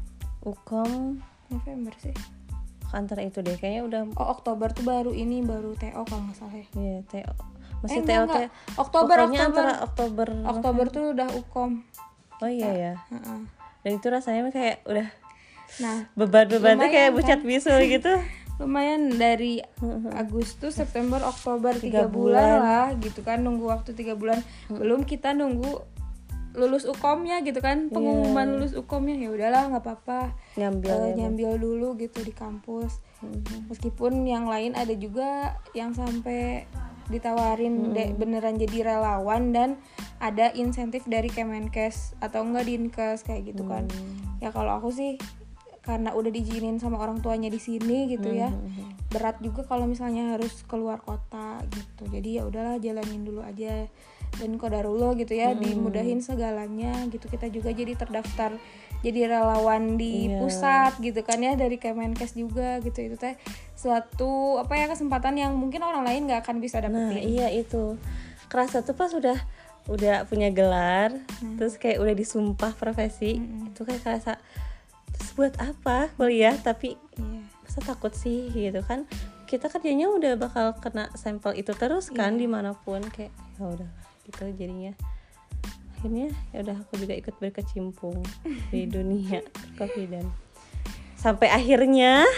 Ukom November sih. antara itu deh kayaknya udah. Oh, Oktober tuh baru TO kalau nggak salah ya. Iya, TO. Masih Enggak. TO. Oktober. Antara Oktober. Oktober tuh udah Ukom. Oh iya ya. Heeh. Dan itu rasanya kayak udah Nah, beban-beban tuh kayak lumayan bucat kan? bisul gitu. lumayan dari Agustus, September, Oktober 3 bulan. bulan lah gitu kan, nunggu waktu 3 bulan. Belum kita nunggu lulus Ukomnya gitu kan, pengumuman lulus Ukomnya. Ya udahlah nggak apa-apa, nyambil dulu gitu di kampus. Meskipun yang lain ada juga yang sampai ditawarin beneran jadi relawan dan ada insentif dari Kemenkes atau enggak Dinkes kayak gitu kan. Ya kalau aku sih karena udah diizinin sama orang tuanya di sini gitu ya, berat juga kalau misalnya harus keluar kota gitu. Jadi ya udahlah jalanin dulu aja, dan qadarullah gitu ya, dimudahin segalanya gitu. Kita juga jadi terdaftar jadi relawan di pusat gitu kan ya, dari Kemenkes juga gitu. Itu teh suatu kesempatan yang mungkin orang lain nggak akan bisa dapetin. Nah iya itu kerasa tuh pas udah punya gelar, terus kayak udah disumpah profesi, itu kayak kerasa terus buat apa kuliah tapi masa takut sih gitu kan. Kita kerjanya udah bakal kena sampel itu terus kan dimanapun, kayak ya udah gitu. Jadinya akhirnya ya udah aku juga ikut berkecimpung di dunia Covidan sampai akhirnya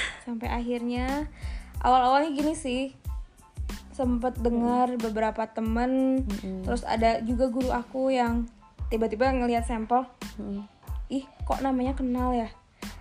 awal-awalnya gini sih, sempet dengar beberapa temen, terus ada juga guru aku yang tiba-tiba ngelihat sampel, ih kok namanya kenal ya,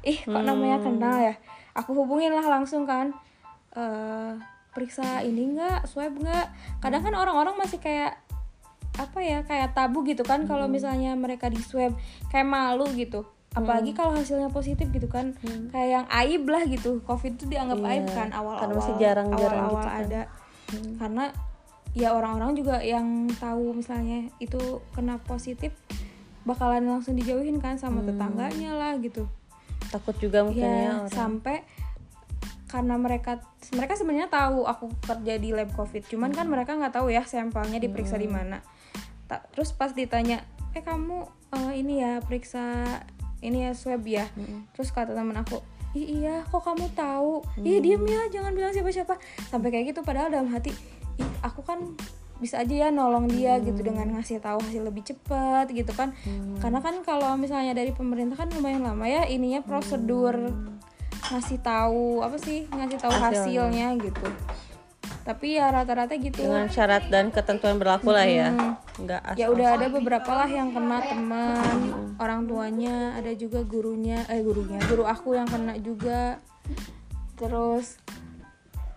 aku hubungin lah langsung kan, periksa ini nggak, swab nggak. Kadang kan orang-orang masih kayak kayak tabu gitu kan, kalau misalnya mereka di swab kayak malu gitu, apalagi kalau hasilnya positif gitu kan, kayak yang aib lah gitu. Covid itu dianggap aib kan awal-awal, karena masih jarang-jarang gitu kan. ada karena ya orang-orang juga yang tahu misalnya itu kena positif bakalan langsung dijauhin kan sama tetangganya lah gitu. Takut juga mungkin ya orang. Sampai karena mereka sebenarnya tahu aku kerja di lab Covid, cuman kan mereka nggak tahu ya sampelnya diperiksa di mana. Terus pas ditanya, kamu ini ya periksa ini ya swab ya. Terus kata temen aku, iya kok kamu tahu? Iya diem ya, jangan bilang siapa-siapa. Sampai kayak gitu, padahal dalam hati, aku kan bisa aja ya nolong dia gitu dengan ngasih tahu hasil lebih cepat gitu kan. Karena kan kalau misalnya dari pemerintah kan lumayan lama ya ininya prosedur ngasih tahu hasilnya gitu. Tapi ya rata-rata gitu. Dengan syarat dan ketentuan berlaku lah ya. Enggak asal. Ya udah ada beberapa lah yang kena teman, orang tuanya, ada juga guru aku yang kena juga. Terus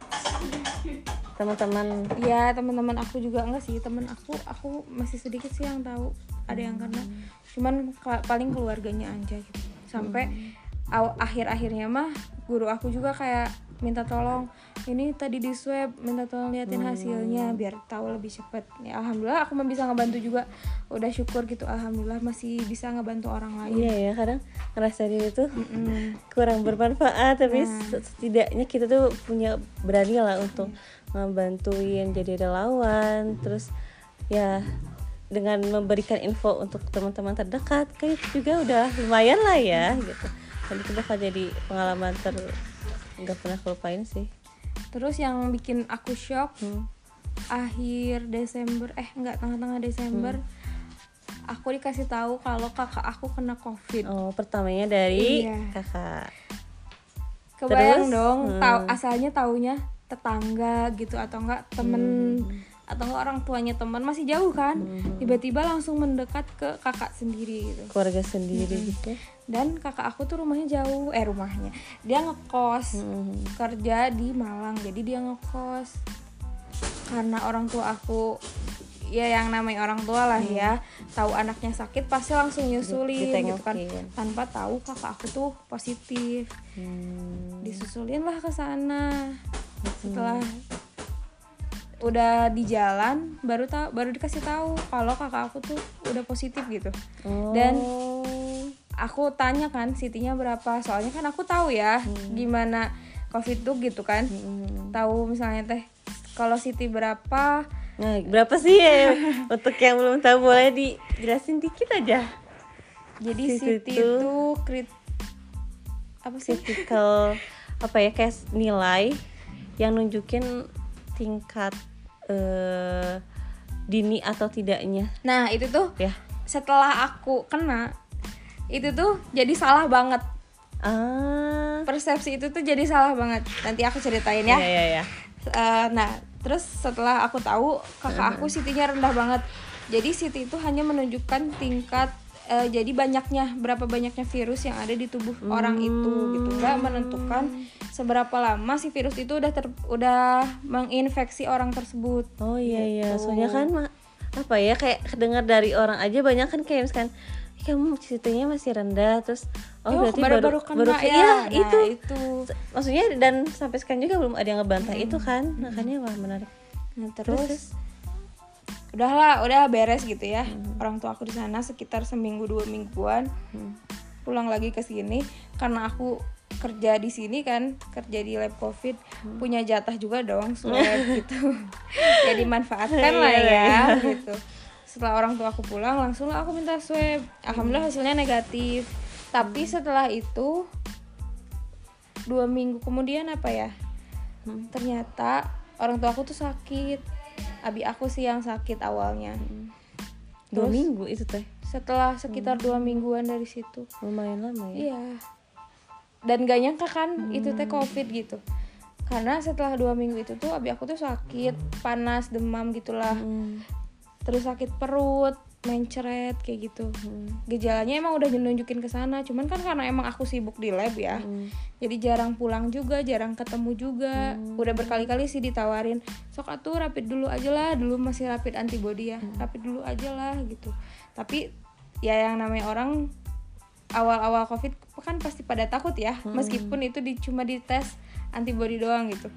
teman-teman. Iya, teman-teman aku juga enggak sih, teman aku masih sedikit sih yang tahu ada yang kena, cuman paling keluarganya aja gitu. Sampai akhir-akhirnya mah guru aku juga kayak minta tolong, ini tadi di swab, minta tolong liatin hasilnya biar tahu lebih cepat. Ya alhamdulillah aku mah bisa ngebantu juga, udah syukur gitu, alhamdulillah masih bisa ngebantu orang lain. Iya ya, kadang ngerasa diri tuh kurang bermanfaat, tapi setidaknya kita tuh punya berani lah untuk ngebantuin, jadi relawan. Terus ya dengan memberikan info untuk teman-teman terdekat, kayak itu juga udah lumayan lah ya gitu. Dan itu bakal jadi pengalaman nggak pernah kelupain sih. Terus yang bikin aku shock akhir Desember, tengah-tengah Desember, aku dikasih tahu kalau kakak aku kena COVID. Oh, pertamanya dari kakak. Kebayang dong, asalnya taunya tetangga gitu atau enggak temen atau enggak orang tuanya teman, masih jauh kan, tiba-tiba langsung mendekat ke kakak sendiri gitu, keluarga sendiri gitu. Dan kakak aku tuh rumahnya jauh, dia ngekos, kerja di Malang, jadi dia ngekos. Karena orang tua aku ya yang namanya orang tua lah ya, tahu anaknya sakit pasti langsung nyusulin gitu kan, tanpa tahu kakak aku tuh positif. Disusulin lah ke sana. Setelah udah di jalan baru dikasih tahu kalau kakak aku tuh udah positif gitu. Dan aku tanya kan CT-nya berapa, soalnya kan aku tahu ya gimana COVID tuh gitu kan. Tahu misalnya teh kalau CT berapa. Nah, berapa sih ya? Untuk yang belum tahu boleh dijelasin dikit aja. Jadi CT itu critical kayak nilai yang nunjukin tingkat dini atau tidaknya. Nah itu tuh ya. Setelah aku kena itu tuh jadi salah banget. Persepsi itu tuh jadi salah banget. Nanti aku ceritain ya. Iya. Nah terus setelah aku tahu kakak aku CT-nya rendah banget. Jadi CT itu hanya menunjukkan tingkat jadi berapa banyaknya virus yang ada di tubuh orang itu gitu, nggak menentukan seberapa lama si virus itu udah menginfeksi orang tersebut. Oh iya gitu. Soalnya kan kayak kedengar dari orang aja banyak kan kayak misalkan kamu CT-nya masih rendah, terus berarti baru kena ya. Nah, itu maksudnya, dan sampai sekarang juga belum ada yang ngebantah itu kan. Makanya menarik. Nah, terus udah beres gitu ya. Orang tua aku di sana sekitar seminggu 2 mingguan. Pulang lagi ke sini karena aku kerja di sini kan, kerja di lab COVID, punya jatah juga dong swab gitu. Jadi manfaatkan lah ya gitu. Setelah orang tua aku pulang, langsung lah aku minta swab. Alhamdulillah hasilnya negatif. Tapi setelah itu 2 minggu kemudian ternyata orang tua aku tuh sakit. Abi aku sih yang sakit awalnya. 2 minggu itu teh. Setelah sekitar 2 mingguan dari situ. Lumayan lama ya. Iya. Dan gak nyangka kan itu teh COVID gitu. Karena setelah 2 minggu itu tuh abi aku tuh sakit, panas, demam gitulah. Terus sakit perut, mencret kayak gitu. Gejalanya emang udah nunjukin ke sana, cuman kan karena emang aku sibuk di lab ya. Jadi jarang pulang juga, jarang ketemu juga. Udah berkali-kali sih ditawarin, sok atuh rapid dulu aja lah, dulu masih rapid antibody ya. Rapid dulu aja lah gitu. Tapi ya yang namanya orang awal-awal COVID kan pasti pada takut ya, meskipun itu cuma dites antibody doang gitu.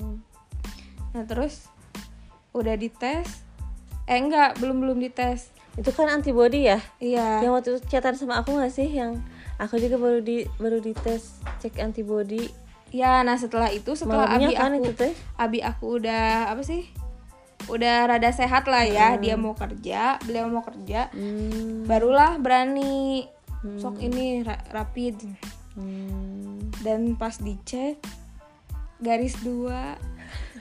Nah, terus udah dites belum dites. Itu kan antibody ya? Iya. Yang waktu itu chatan sama aku nggak sih, yang aku juga baru dites cek antibody. Ya, nah setelah abi aku udah udah rada sehat lah ya, beliau mau kerja, barulah berani sok ini rapid. Dan pas dicek garis 2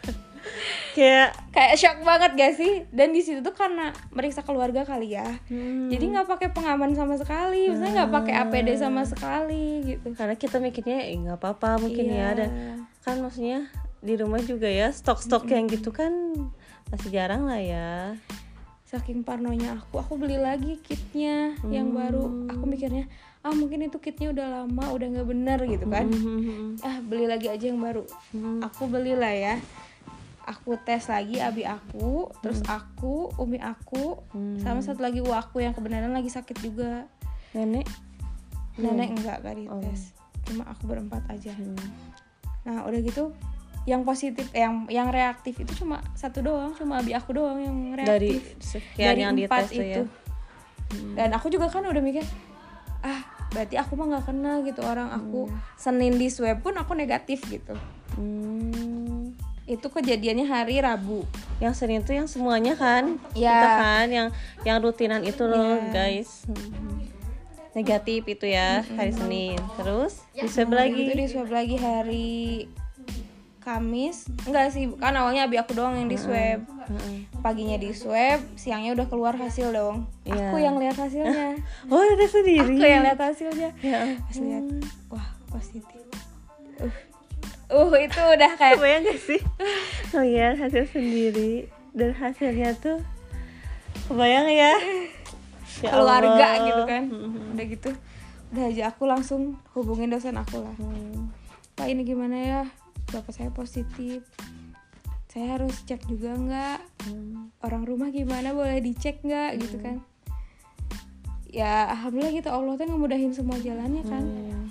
kayak shock banget gak sih? Dan di situ tuh karena meriksa keluarga kali ya, jadi nggak pakai pengaman sama sekali, maksudnya nggak pakai APD sama sekali gitu. Karena kita mikirnya nggak apa-apa mungkin ya, dan kan maksudnya di rumah juga ya stok yang gitu kan masih jarang lah ya. saking parnonya aku beli lagi kitnya yang baru. Aku mikirnya mungkin itu kitnya udah lama, udah nggak bener gitu kan. Beli lagi aja yang baru. Aku belilah ya, aku tes lagi abi aku, terus aku, umi aku, sama satu lagi aku yang kebenaran lagi sakit juga. Nenek enggak dites, cuma aku berempat aja. Nah udah gitu yang positif, yang reaktif itu cuma satu doang, cuma abi aku doang yang reaktif dari sekian yang 4 dites itu. Dan aku juga kan udah mikir berarti aku mah nggak kena gitu, orang aku Senin di swab pun aku negatif gitu. Itu kejadiannya hari Rabu. Yang Senin tuh yang semuanya kan, Ya. kita kan yang rutinan itu loh guys. Negatif itu ya hari Senin. Terus di swab lagi. Itu di swab lagi hari Kamis. Enggak sih, kan awalnya abi aku doang yang di swab. Paginya di swab, siangnya udah keluar hasil dong. Iya. Aku yang lihat hasilnya. Oh ada sendiri. Aku yang lihat hasilnya. Ya. Pas lihat, wah positif. Itu udah kayak Kebayang gak sih? Lihat hasil sendiri dan hasilnya tuh kebayang ya. Ya keluarga Allah. gitu kan. Udah gitu, udah aja aku langsung hubungin dosen aku lah. Pak ini gimana ya? Bapak saya positif. Saya harus cek juga nggak? Orang rumah gimana, boleh dicek nggak gitu kan? Ya alhamdulillah gitu, Allah tuh ngemudahin semua jalannya kan.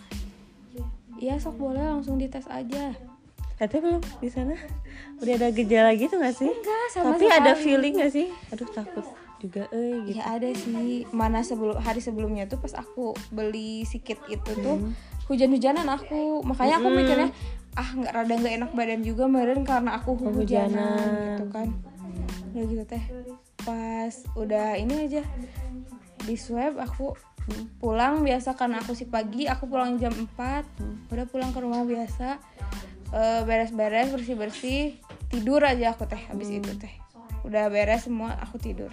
Iya sok boleh langsung dites aja. Katanya belum di sana udah ada gejala gitu nggak sih? Enggak, sama Tapi ada sekali. feeling nggak sih? Aduh takut juga gitu. Ya ada sih. Mana hari sebelumnya tuh pas aku beli si kit itu tuh hujan-hujanan aku. Makanya aku mikirnya nggak enak badan juga meren karena aku hujanan gitu kan. Udah gitu teh. Pas udah ini aja di swab aku pulang biasa karena aku si pagi, aku pulang jam 4. Udah pulang ke rumah biasa, beres-beres, bersih-bersih, tidur aja aku teh. Habis itu teh udah beres semua, aku tidur.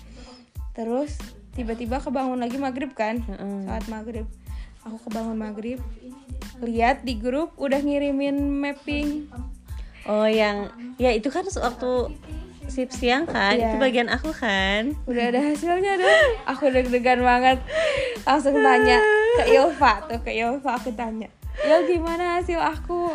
Terus tiba-tiba kebangun lagi maghrib kan. Saat maghrib aku kebangun maghrib, lihat di grup udah ngirimin mapping. Oh yang ya itu kan waktu sip siang kan, Iya. itu bagian aku kan. Udah ada hasilnya deh. Aku deg-degan banget. Langsung tanya ke Ilva aku tanya, "Il gimana hasil aku?"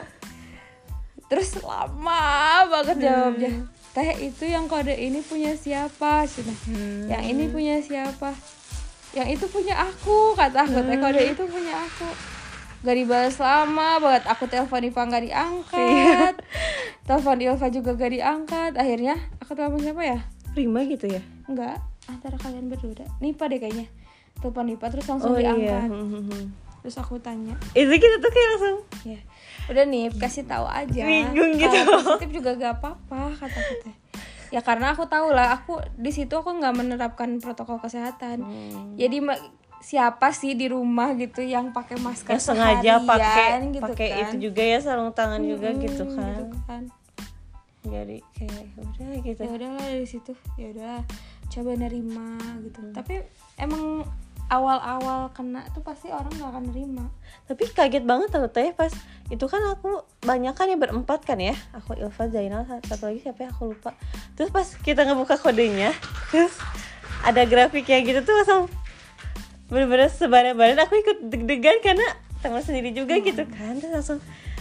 Terus lama banget jawabnya. "Teh itu yang kode ini punya siapa?" Cina. "Yang ini punya siapa?" "Yang itu punya aku," kata aku. "Teh kode itu punya aku." Gak dibalas lama banget. Aku telepon Iva gak diangkat. Telepon Ilva juga gak diangkat. Akhirnya aku telepon siapa ya? Prima gitu ya? Enggak, antara kalian berdua. Nipa deh kayaknya. Telepon Nipa terus langsung diangkat. Iya. Terus aku tanya, Itu kita tuh kayak langsung ya udah nih kasih tahu aja. Bingung gitu. Kalau positif juga gak apa-apa kata teh. Ya karena aku tahu lah, aku di situ aku nggak menerapkan protokol kesehatan. Jadi siapa sih di rumah gitu yang pakai masker ya sengaja seharian gitu pakai kan. itu juga ya, sarung tangan juga gitu kan. Gitu kan. Jadi kayak udah gitu. Ya udahlah dari situ, ya udah coba nerima gitu. Tapi emang awal-awal kena tuh pasti orang nggak akan nerima. Tapi kaget banget tau teh pas itu kan aku banyak kan ya, berempat kan ya, aku Ilva, Zainal, satu lagi siapa ya aku lupa. Terus pas kita ngebuka kodenya, terus ada grafik kayak gitu tuh langsung bener-bener sebaran-baran aku ikut deg-degan karena teman sendiri juga gitu kan. Terus langsung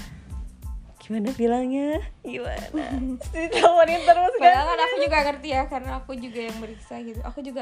gimana bilangnya, gimana diteleponin terus kan. Padahal kan aku juga ngerti ya, karena aku juga yang meriksa gitu. Aku juga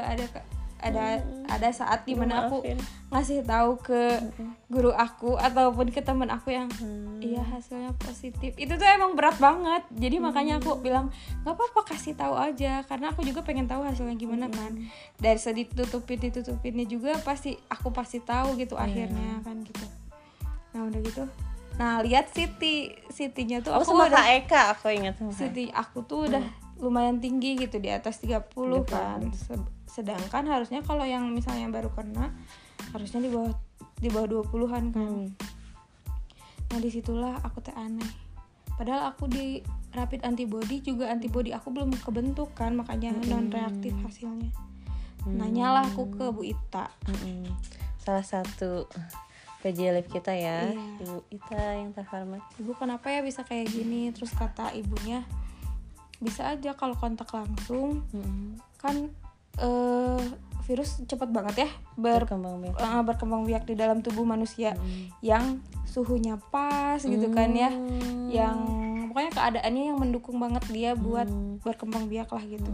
ada saat dimana aku ngasih tahu ke guru aku ataupun ke teman aku yang iya hasilnya positif. Itu tuh emang berat banget. Jadi makanya aku bilang nggak apa-apa, kasih tahu aja, karena aku juga pengen tahu hasilnya gimana kan. Dari ditutupinnya juga aku pasti tahu gitu akhirnya kan gitu. Nah udah gitu. Nah lihat Sitinya tuh aku aku sama udah, Kak Eka aku ingat sama Kak Eka. Siti aku tuh udah lumayan tinggi gitu, di atas 30 kan. Sedangkan harusnya kalau yang misalnya baru kena harusnya di bawah 20-an kan. Nah disitulah aku teh aneh. Padahal aku di rapid antibody juga, antibody aku belum kebentuk kan, makanya non reaktif hasilnya. Nanyalah aku ke Bu Ita. Salah satu PJ Lab kita ya, Iya. Ibu Ita yang terhormat. Ibu kenapa ya bisa kayak gini? Terus kata ibunya, bisa aja kalau kontak langsung kan virus cepat banget ya berkembang biak di dalam tubuh manusia yang suhunya pas gitu kan ya, yang pokoknya keadaannya yang mendukung banget dia buat berkembang biak lah gitu.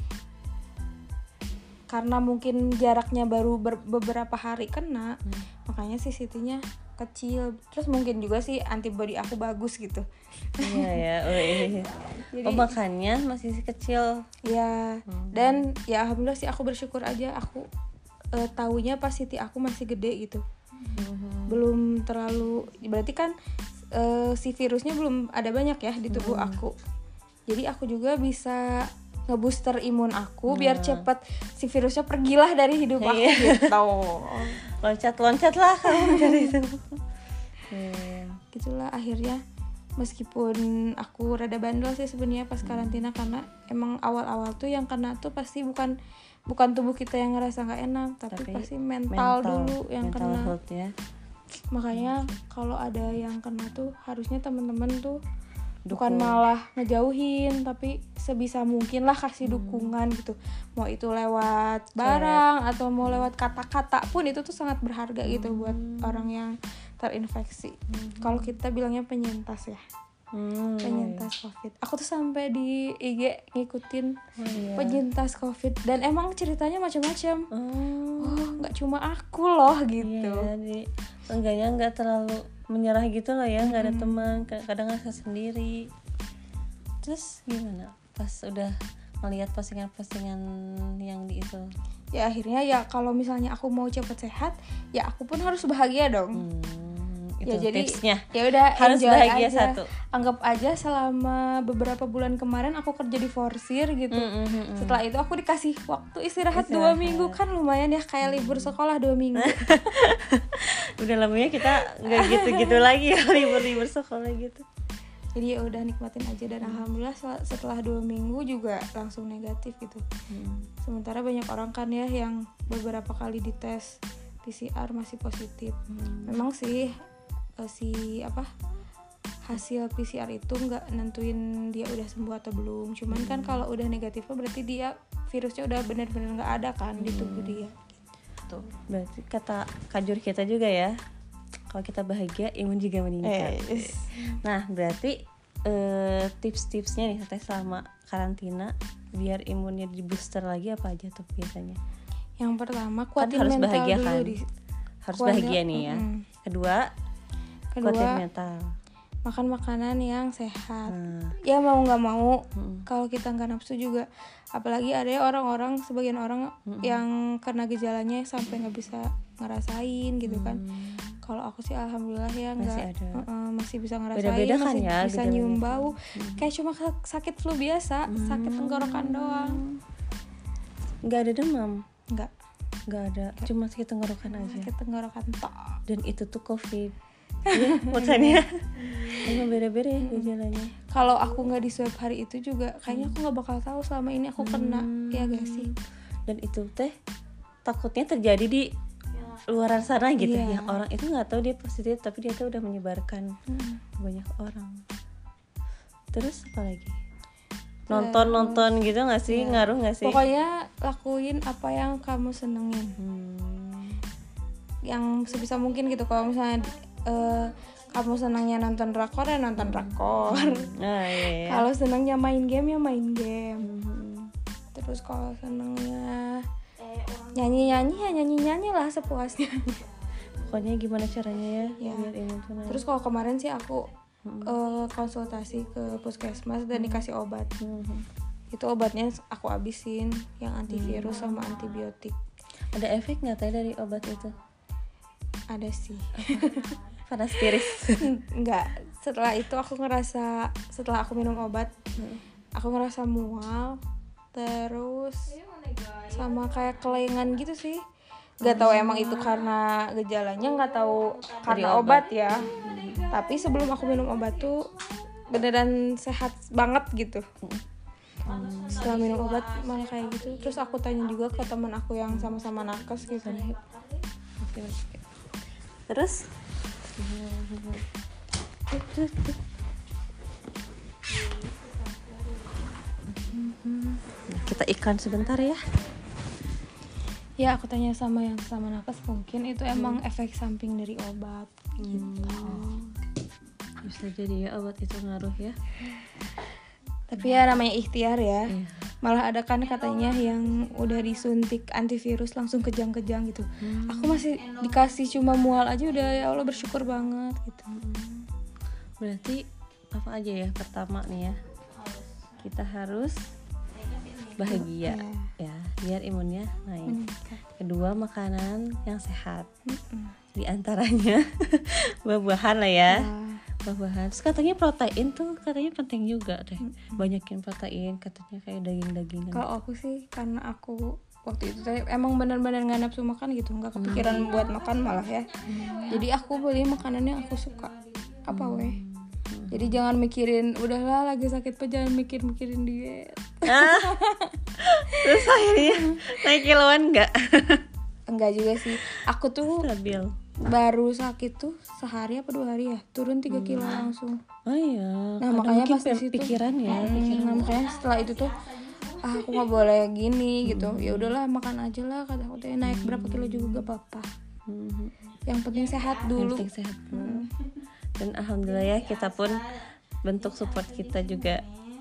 Karena mungkin jaraknya baru beberapa hari kena, makanya CCT-nya kecil. Terus mungkin juga sih antibody aku bagus gitu. Iya ya. Jadi, makanya masih kecil. Ya. Dan ya alhamdulillah sih aku bersyukur aja aku taunya pas CT aku masih gede gitu. Belum terlalu, berarti kan si virusnya belum ada banyak ya di tubuh aku. Jadi aku juga bisa ngebooster imun aku biar cepet si virusnya pergilah dari hidup aku gitu. Loncat-loncat lah kamu dari itu. Gitulah akhirnya, meskipun aku rada bandel sih sebenarnya pas karantina, karena emang awal-awal tuh yang kena tuh pasti bukan tubuh kita yang ngerasa nggak enak, tapi pasti mental dulu yang kena. Ya. Makanya kalau ada yang kena tuh harusnya teman-teman tuh bukan malah ngejauhin, tapi sebisa mungkin lah kasih dukungan gitu. Mau itu lewat barang atau mau lewat kata-kata pun itu tuh sangat berharga gitu buat orang yang terinfeksi. Kalau kita bilangnya penyintas ya. Penyintas COVID. Aku tuh sampai di IG ngikutin penyintas COVID, dan emang ceritanya macam-macam. Nggak cuma aku loh gitu. Jadi enggaknya nggak terlalu menyerah gitu lah ya, nggak ada teman, kadang ngerasa sendiri. Terus gimana pas udah melihat postingan-postingan yang di itu? Ya akhirnya ya kalau misalnya aku mau cepat sehat, ya aku pun harus bahagia dong. Itu ya jadi tipsnya. Ya udah, harus bahagia aja. Satu. Anggap aja selama beberapa bulan kemarin aku kerja di Forsir gitu. Setelah itu aku dikasih waktu istirahat 2 minggu, kan lumayan ya, kayak libur sekolah 2 minggu. Udah lamanya kita nggak gitu-gitu lagi ya, libur sekolah gitu. Jadi ya udah nikmatin aja, dan alhamdulillah setelah 2 minggu juga langsung negatif gitu. Sementara banyak orang kan ya yang beberapa kali dites PCR masih positif. Memang sih hasil PCR itu nggak nentuin dia udah sembuh atau belum. Cuman kan kalau udah negatif berarti dia virusnya udah benar-benar nggak ada kan di tubuh dia. Gitu. Berarti kata kajur kita juga ya, kalau kita bahagia imun juga meningkat. Nah berarti tips-tipsnya nih Teteh selama karantina biar imunnya di booster lagi apa aja tuh biasanya? Yang pertama kuatin harus mental bahagia, dulu kan? Harus bahagia nih ya. Kedua kuatin mental. Makan makanan yang sehat. Ya mau nggak mau, kalau kita nggak nafsu juga, apalagi ada orang-orang, sebagian orang yang kena gejalanya sampai nggak bisa ngerasain gitu kan. Kalau aku sih alhamdulillah ya masih bisa ngerasain. Beda-beda kan masih ya, bisa nyium bau. Kayak cuma sakit flu biasa, sakit tenggorokan doang. Nggak ada demam? Nggak ada, cuma sakit tenggorokan aja. Sakit tenggorokan tok. Dan itu tuh COVID. Ya, makanya emang beda-beda ya gejalanya. Kalau aku nggak di swab hari itu juga, kayaknya aku nggak bakal tahu selama ini aku kena, ya gak sih? Dan itu teh takutnya terjadi di luaran sana gitu, yang orang itu nggak tahu dia positif, tapi dia tuh udah menyebarkan banyak orang. Terus apa lagi? Nonton gitu nggak sih? Ngaruh nggak sih? Pokoknya lakuin apa yang kamu senengin, yang sebisa mungkin gitu. Kalau misalnya kamu senangnya nonton drakor ya nonton drakor. Kalau senangnya main game ya main game. Terus kalau senangnya nyanyi ya nyanyi lah sepuasnya. Pokoknya gimana caranya ya. Biar imun tuh. Terus kalau kemarin sih aku konsultasi ke puskesmas dan dikasih obat. Itu obatnya aku habisin, yang antivirus sama antibiotik. Ada efek nggak teh dari obat itu? Ada sih. Panas tiris. Enggak, setelah itu aku ngerasa, setelah aku minum obat aku ngerasa mual, terus sama kayak kelengan gitu sih. Gak tahu emang itu karena gejalanya, gak tahu karena obat ya. Tapi sebelum aku minum obat tuh beneran sehat banget gitu. Setelah minum obat malah kayak gitu. Terus aku tanya juga ke teman aku yang sama-sama nakes gitu. Terus kita iklan sebentar ya. Ya aku tanya sama yang sama nakes, mungkin itu emang efek samping dari obat gitu. Bisa jadi ya obat itu ngaruh ya. Tapi ya namanya ikhtiar ya. Iya. Malah ada kan katanya yang udah disuntik antivirus langsung kejang-kejang gitu. Aku masih dikasih cuma mual aja udah ya Allah bersyukur banget gitu. Berarti apa aja ya? Pertama nih ya, kita harus bahagia ya, biar imunnya naik. Kedua, makanan yang sehat. Di antaranya buah-buahan lah ya. Buah-buahan. Terus katanya protein tuh katanya penting juga deh. Banyakin protein katanya, kayak daging-dagingan. Kalau aku sih karena aku waktu itu emang benar-benar nggak nafsu makan gitu, nggak kepikiran buat makan malah ya. Jadi aku beli makanan yang aku suka. Apa weh? Jadi jangan mikirin, udahlah lagi sakit pe jangan mikirin diet. Terus akhirnya naik kiloan nggak? Enggak juga sih. Aku tuh Stabil. baru sakit tuh sehari apa 2 hari ya, turun 3 kilo langsung. Oh iya. Nah Ada makanya mungkin pas di situ pikiran ya. nah, makanya setelah itu tuh aku nggak boleh gini gitu. Ya udahlah makan aja lah kata aku, naik berapa kilo juga gak apa-apa. Yang penting sehat dulu. Yang penting sehat dulu. Dan alhamdulillah ya, kita pun bentuk support kita juga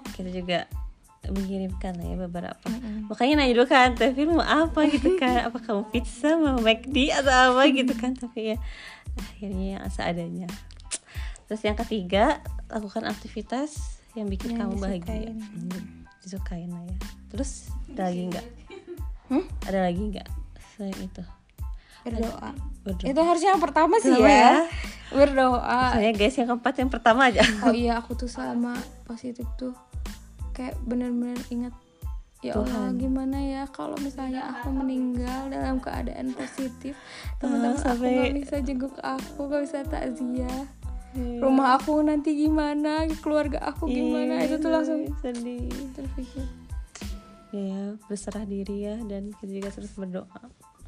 mengirimkan lah ya beberapa. Makanya nanya dulu kan, tapi mau apa gitu kan? Apa kamu pizza, mau McD atau apa gitu kan? Tapi ya akhirnya yang seadanya. Terus yang ketiga, lakukan aktivitas yang bikin kamu bahagia. Disukain lah ya. Terus ada lagi nggak? Ada lagi nggak selain itu? Berdoa. Berdoa. Itu harusnya yang pertama sih Kenapa ya. Berdoa. Saya guys, yang keempat, yang pertama aja. Oh iya, aku tuh selama positif tuh kayak benar-benar ingat, ya Allah gimana ya kalau misalnya aku meninggal dalam keadaan positif, teman-teman aku nggak bisa jenguk aku, nggak bisa takziah, rumah aku nanti gimana, keluarga aku gimana, itu tuh langsung sedih terpikir. Ya, berserah diri ya, dan kita juga terus berdoa.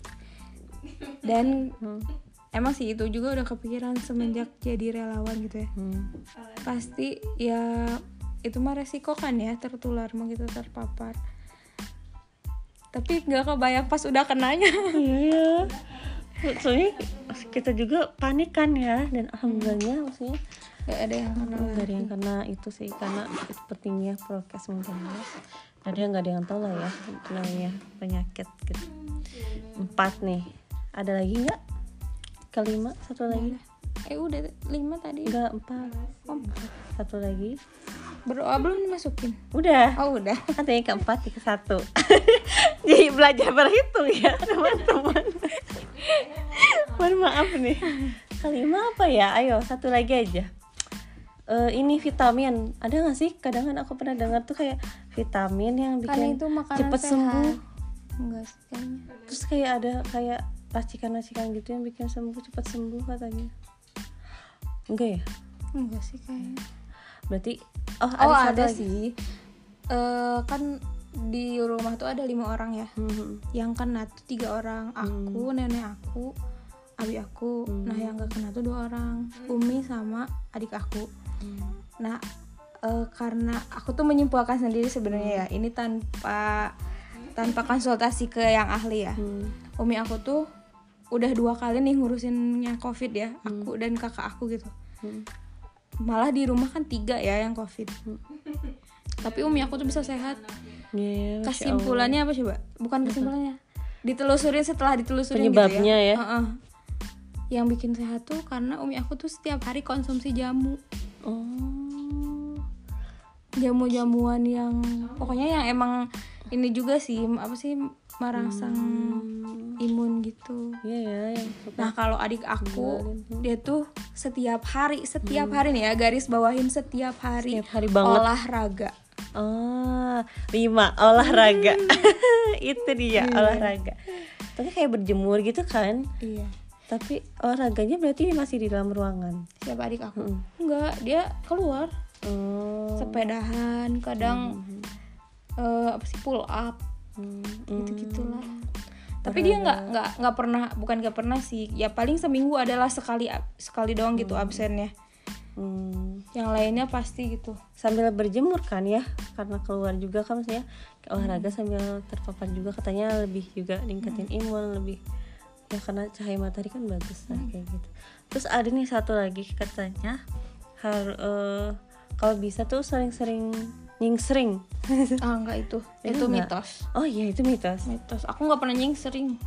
Dan emang sih itu juga udah kepikiran semenjak jadi relawan gitu ya. Pasti ya itu mah resiko kan ya, tertular mau gitu, terpapar. Tapi nggak kebayang pas udah kenanya. Iya. Soalnya kita juga panik kan ya, dan alhamdulillahnya maksudnya Gak ada yang kena. nggak ada yang kena itu sih, karena itu pentingnya prokes mungkin ya. Jadi nggak ada yang tahu lah ya namanya penyakit gitu. 4 nih. Ada lagi nggak? Kelima, satu lagi. Udah 5 tadi. Enggak, 4. Satu lagi. Berdoa belum dimasukin? Udah. Oh udah. Katanya keempat, ke 1. Jadi belajar berhitung ya teman-teman. Mohon maaf nih. Kelima apa ya? Ayo, satu lagi aja. Ini vitamin. Ada nggak sih? Kadang kan aku pernah dengar tuh kayak vitamin yang Kan bikin itu makanan cepet sehat. sembuh. Enggak sih kayaknya. Terus kayak ada kayak racikan-racikan gitu yang bikin cepat sembuh katanya. Enggak ya? Enggak sih kayaknya. Berarti ada satu lagi. sih. Kan di rumah tuh ada 5 orang ya. Yang kena tuh 3 orang. Aku, nenek aku, abi aku. Nah yang gak kena tuh 2 orang, Umi sama adik aku. Nah karena aku tuh menyimpulkan sendiri sebenarnya ya, ini tanpa konsultasi ke yang ahli ya. Umi aku tuh udah 2 kali nih ngurusin yang COVID ya, aku dan kakak aku gitu. Malah di rumah kan 3 ya yang COVID. Tapi umi aku tuh bisa sehat. Yeah, Kesimpulannya apa coba? Bukan kesimpulannya. Setelah ditelusurin penyebabnya gitu ya. Yang bikin sehat tuh karena umi aku tuh setiap hari konsumsi jamu. Jamu-jamuan yang pokoknya yang emang ini juga sih, apa sih, merangsang imun gitu. Iya ya, yang suka. Nah kalau adik aku dia tuh setiap hari nih ya, garis bawahin setiap hari banget. olahraga. 5 olahraga. Itu dia olahraga. Tapi kayak berjemur gitu kan? Iya. Tapi olahraganya berarti masih di dalam ruangan. Siapa adik aku? Enggak, dia keluar. Sepedahan, kadang pull up. Gitu-gitulah. Tapi dia nggak pernah, bukan nggak pernah sih, ya paling seminggu adalah sekali doang gitu absennya. Yang lainnya pasti gitu. Sambil berjemur kan ya, karena keluar juga kan maksudnya olahraga sambil terpapar juga katanya lebih juga ningkatin imun lebih ya, karena cahaya matahari kan bagus lah kayak gitu. Terus ada nih satu lagi katanya kalau bisa tuh sering-sering nyingsring. Enggak itu Itu enggak? mitos. Oh iya itu mitos. Aku nggak pernah nyingsring.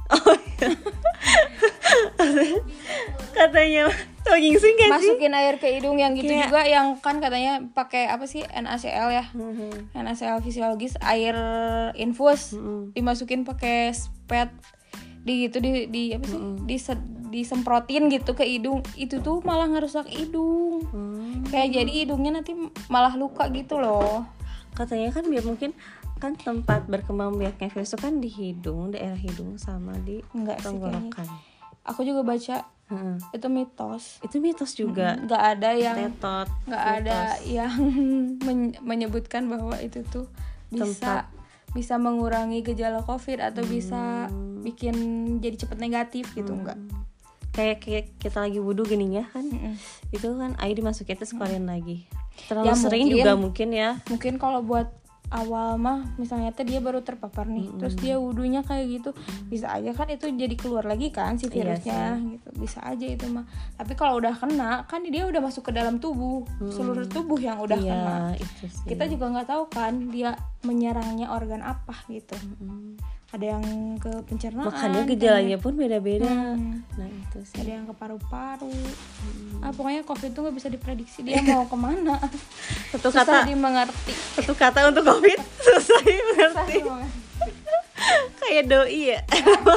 Katanya tuh nyingsring gak sih? Masukin air ke hidung yang gitu Kayak- juga, yang kan katanya pakai apa sih, NaCl ya. NaCl fisiologis, air infus dimasukin pakai spet di gitu di apa sih, disemprotin gitu ke hidung, itu tuh malah ngerusak hidung. Kayak jadi hidungnya nanti malah luka gitu loh. Katanya kan biar mungkin kan tempat berkembang biaknya virus itu kan di hidung, daerah hidung sama di Enggak sih tenggorokan. Aku juga baca Heeh. itu mitos. Itu mitos juga. Nggak ada yang Tetot. nggak ada yang menyebutkan bahwa itu tuh bisa mengurangi gejala COVID atau bisa bikin jadi cepet negatif gitu. Enggak. Kayak kita lagi wudhu gini ya kan. Itu kan air dimasukin terus keluarin lagi. Terlalu Ya, sering mungkin- juga mungkin ya. Mungkin kalau buat awal mah misalnya teh dia baru terpapar nih, terus dia wudunya kayak gitu, bisa aja kan itu jadi keluar lagi kan si virusnya gitu, bisa aja itu mah. Tapi kalau udah kena kan dia udah masuk ke dalam tubuh, seluruh tubuh yang udah Iya, kena. itu sih. Kita juga nggak tahu kan dia menyerangnya organ apa gitu. Ada yang ke pencernaan, Makanya gejalanya pun beda-beda. Nah itu sih. ada yang ke paru-paru. Pokoknya COVID tuh nggak bisa diprediksi dia mau kemana. Satu Susah kata dimengerti. satu kata untuk COVID susah dimengerti. Kayak doi ya.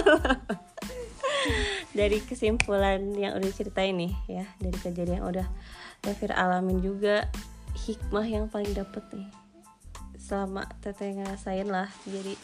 Dari kesimpulan yang udah ceritain nih ya, dari kejadian yang udah Tevir alamin juga, hikmah yang paling dapet nih selama Teteh ngerasain lah. Jadi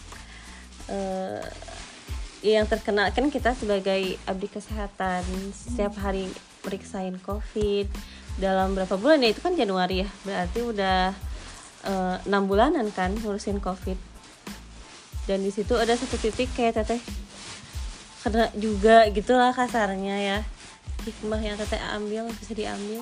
yang terkena kan kita sebagai abdi kesehatan setiap hari periksain COVID dalam berapa bulan ya, itu kan Januari ya, berarti udah 6 bulanan kan ngurusin COVID. Dan di situ ada satu titik kayak Teteh kena juga gitulah kasarnya ya. Hikmah yang Teteh ambil bisa diambil.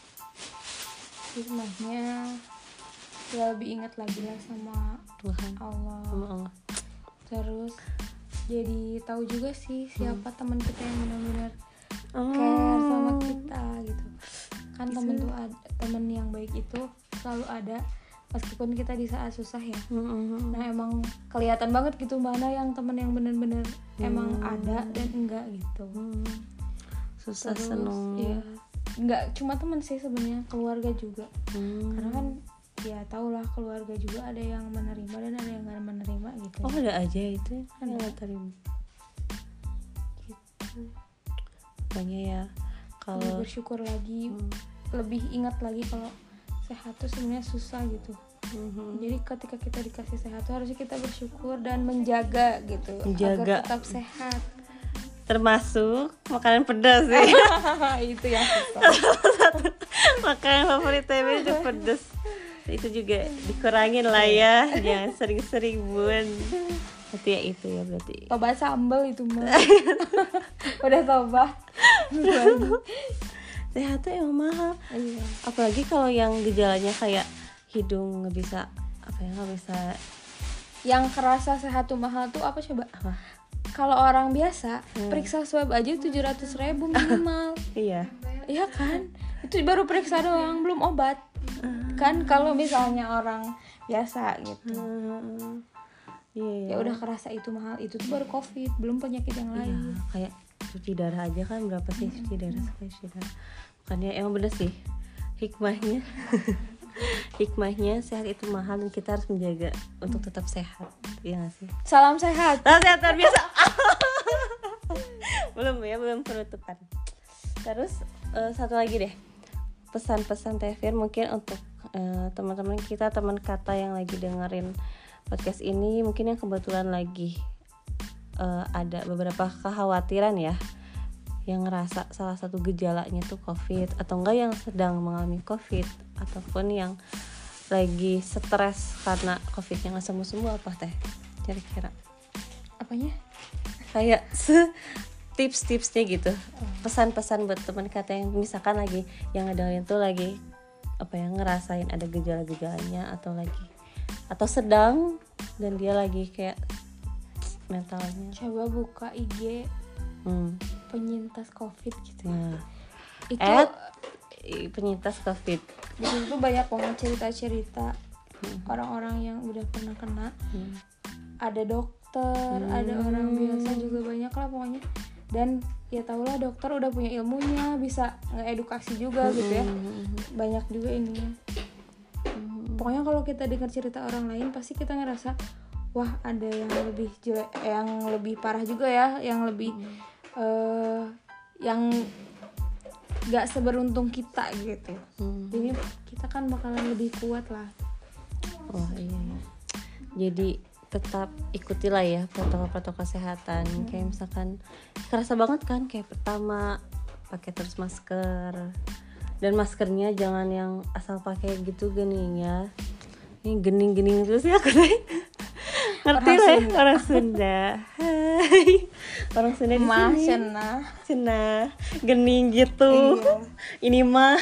Hikmahnya ya lebih ingat lagi lah sama Tuhan, Allah. sama Allah. Terus jadi tahu juga sih siapa teman kita yang benar-benar care sama kita gitu. Kan temen tuh temen yang baik itu selalu ada meskipun kita di saat susah ya. Nah emang kelihatan banget gitu mana yang temen yang benar-benar emang ada dan enggak gitu. Susah Terus, seneng. ya, enggak cuma temen sih sebenarnya, keluarga juga. Karena kan ya tau lah keluarga juga ada yang menerima dan ada yang nggak menerima gitu. Oh ada aja itu kan nggak terima. Gitu. Pokoknya ya kalau Bersyukur lagi, lebih ingat lagi kalau sehat tuh sebenarnya susah gitu. Jadi ketika kita dikasih sehat tuh harusnya kita bersyukur dan menjaga gitu Menjaga. agar tetap sehat. termasuk makanan pedas sih. Itu yang susah. Makanan favorit Tebe itu pedas. Itu juga dikurangin lah ya, jangan sering-sering bun. Berarti ya itu ya berarti. Tobat sambal itu mah. Udah tobat. Sehat tuh emang mahal. Iya. Apalagi kalau yang gejalanya kayak hidung nggak bisa nggak bisa. Yang kerasa sehat tuh mahal tuh apa coba? Apa? Kalau orang biasa periksa swab aja 700.000 minimal. Iya. Iya kan? Itu baru periksa doang, belum obat. Kan kalau misalnya orang biasa gitu. Iya. Ya udah kerasa itu mahal, itu tuh baru COVID, belum penyakit yang lain. Iya, kayak cuci darah aja kan berapa sih cuci darah sekali cuci darah. Makanya emang bener sih hikmahnya. Hikmahnya sehat itu mahal dan kita harus menjaga untuk tetap sehat. Iya gak sih? Salam sehat. Salam sehat luar biasa. belum penutupan. Terus satu lagi deh, pesan-pesan Tevir mungkin untuk teman-teman kita, teman kata yang lagi dengerin podcast ini, mungkin yang kebetulan lagi ada beberapa kekhawatiran ya, yang ngerasa salah satu gejalanya tuh COVID, atau enggak yang sedang mengalami COVID, ataupun yang lagi stres karena COVID-nya nggak sembuh-sembuh, apa Teh kira-kira? Apanya? Kayak tips-tipsnya gitu, pesan-pesan buat teman kata yang misalkan lagi yang ngedengerin tuh lagi ngerasain ada gejala-gejalanya atau sedang dan dia lagi kayak mentalnya. Coba buka IG penyintas COVID gitu. Nah, Itu penyintas COVID. di situ tuh banyak banget cerita-cerita orang-orang yang udah pernah kena. Ada dokter, ada orang biasa juga banyak lah pokoknya. Dan ya tau lah dokter udah punya ilmunya, bisa ngeedukasi juga gitu ya. Banyak juga ininya. Pokoknya kalau kita dengar cerita orang lain pasti kita ngerasa wah ada yang lebih jelek, yang lebih parah juga ya, yang lebih yang gak seberuntung kita gitu. Jadi kita kan bakalan lebih kuat lah. Oh iya. Jadi tetap ikutilah ya protokol-protokol kesehatan. Kayak misalkan kerasa banget kan kayak pertama pakai terus masker. Dan maskernya jangan yang asal pakai gitu gening ya. Ini gening-gening terus ya aku teh. Ngerti lah ya orang Sunda. Hai. Orang Sunda di sini. Cenah. Gening gitu. Iya. Ini mah.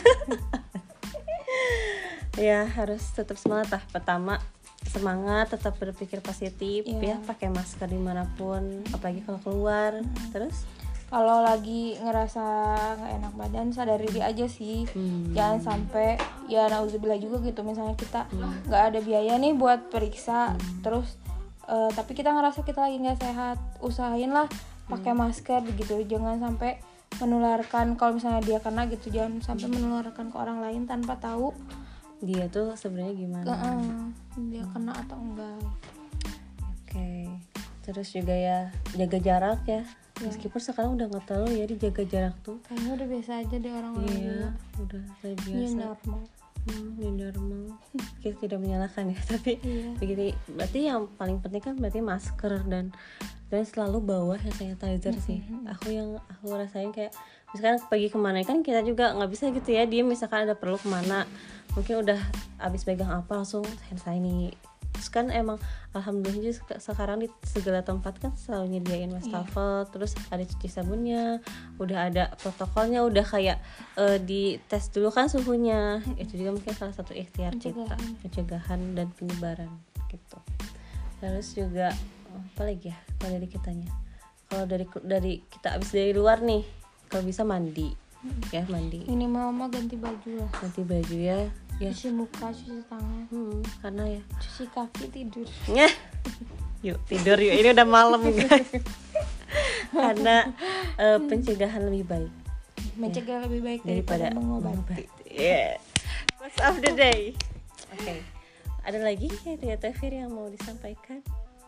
Ya harus tetap semangat lah. Pertama semangat, tetap berpikir positif ya, pakai masker dimanapun, apalagi kalau keluar. Terus kalau lagi ngerasa nggak enak badan sadari diri aja sih. Jangan sampai ya nauzubillah juga gitu, misalnya kita nggak ada biaya nih buat periksa terus tapi kita ngerasa kita lagi nggak sehat, usahain lah pakai masker gitu. Jangan sampai menularkan, kalau misalnya dia kena gitu, jangan sampai menularkan ke orang lain tanpa tahu dia tuh sebenarnya gimana, dia kena atau enggak. Oke. Terus juga ya jaga jarak ya. Meskipun sekarang udah nggak terlalu ya dijaga jarak tuh. Kayaknya udah biasa aja deh orang-orang. Iya, udah biasa. New normal. New normal. Kita tidak menyalahkan ya, tapi begini. Berarti yang paling penting kan berarti masker dan selalu bawa hand sanitizer sih. Aku rasain kayak misalkan pergi kemana kan kita juga nggak bisa gitu ya. Dia misalkan ada perlu kemana, mungkin udah abis pegang apa langsung hand sanitizer. Terus kan emang alhamdulillah sekarang di segala tempat kan selalu nyediain wastafel, terus ada cuci sabunnya, udah ada protokolnya, udah kayak di tes dulu kan suhunya. Itu juga mungkin salah satu ikhtiar kita, pencegahan dan penyebaran gitu. Terus juga apa lagi ya kalau dari kitanya, kalau dari kita abis dari luar nih, kalau bisa mandi ya, mandi minimal mah ganti baju lah, ganti baju ya. Cuci muka, cuci tangan, karena ya cuci kaki, tidur. Yuk tidur yuk, ini udah malam guys. Karena pencegahan lebih baik, mencegah lebih baik daripada mengobati. Quotes of the day. Oke. Ada lagi ya Tefir yang mau disampaikan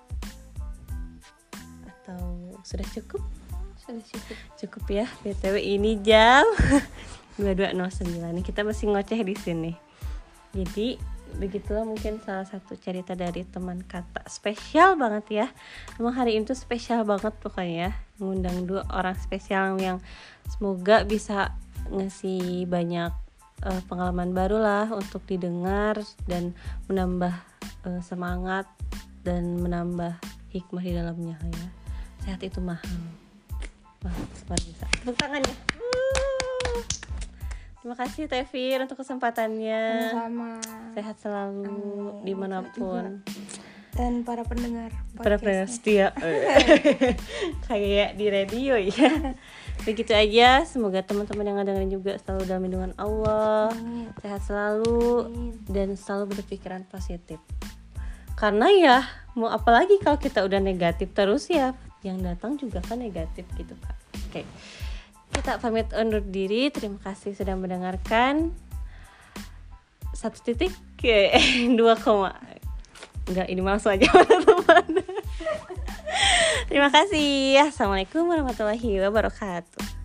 atau sudah cukup? Sudah Cukup ya. BTW ini jam 22.09 nih, kita masih ngoceh di sini. Jadi begitulah mungkin salah satu cerita dari teman kata, spesial banget ya. Emang hari ini tuh spesial banget pokoknya, ngundang 2 orang spesial yang semoga bisa ngasih banyak pengalaman baru lah untuk didengar dan menambah semangat dan menambah hikmah di dalamnya ya. Sehat itu mahal. Wah, luar biasa. Tepuk tangan ya. Terima kasih Tefir untuk kesempatannya. Sama. Sehat selalu dimanapun. Dan para pendengar setia kayak di radio ya. Begitu aja. Semoga teman-teman yang dengerin juga selalu dalam lindungan Allah. Sehat selalu dan selalu berpikiran positif. Karena ya mau apa lagi kalau kita udah negatif terus ya, yang datang juga kan negatif gitu kan. Oke. Kita pamit undur diri. Terima kasih sudah mendengarkan. 1.2, enggak, ini langsung aja teman-teman. Terima kasih. Assalamualaikum warahmatullahi wabarakatuh.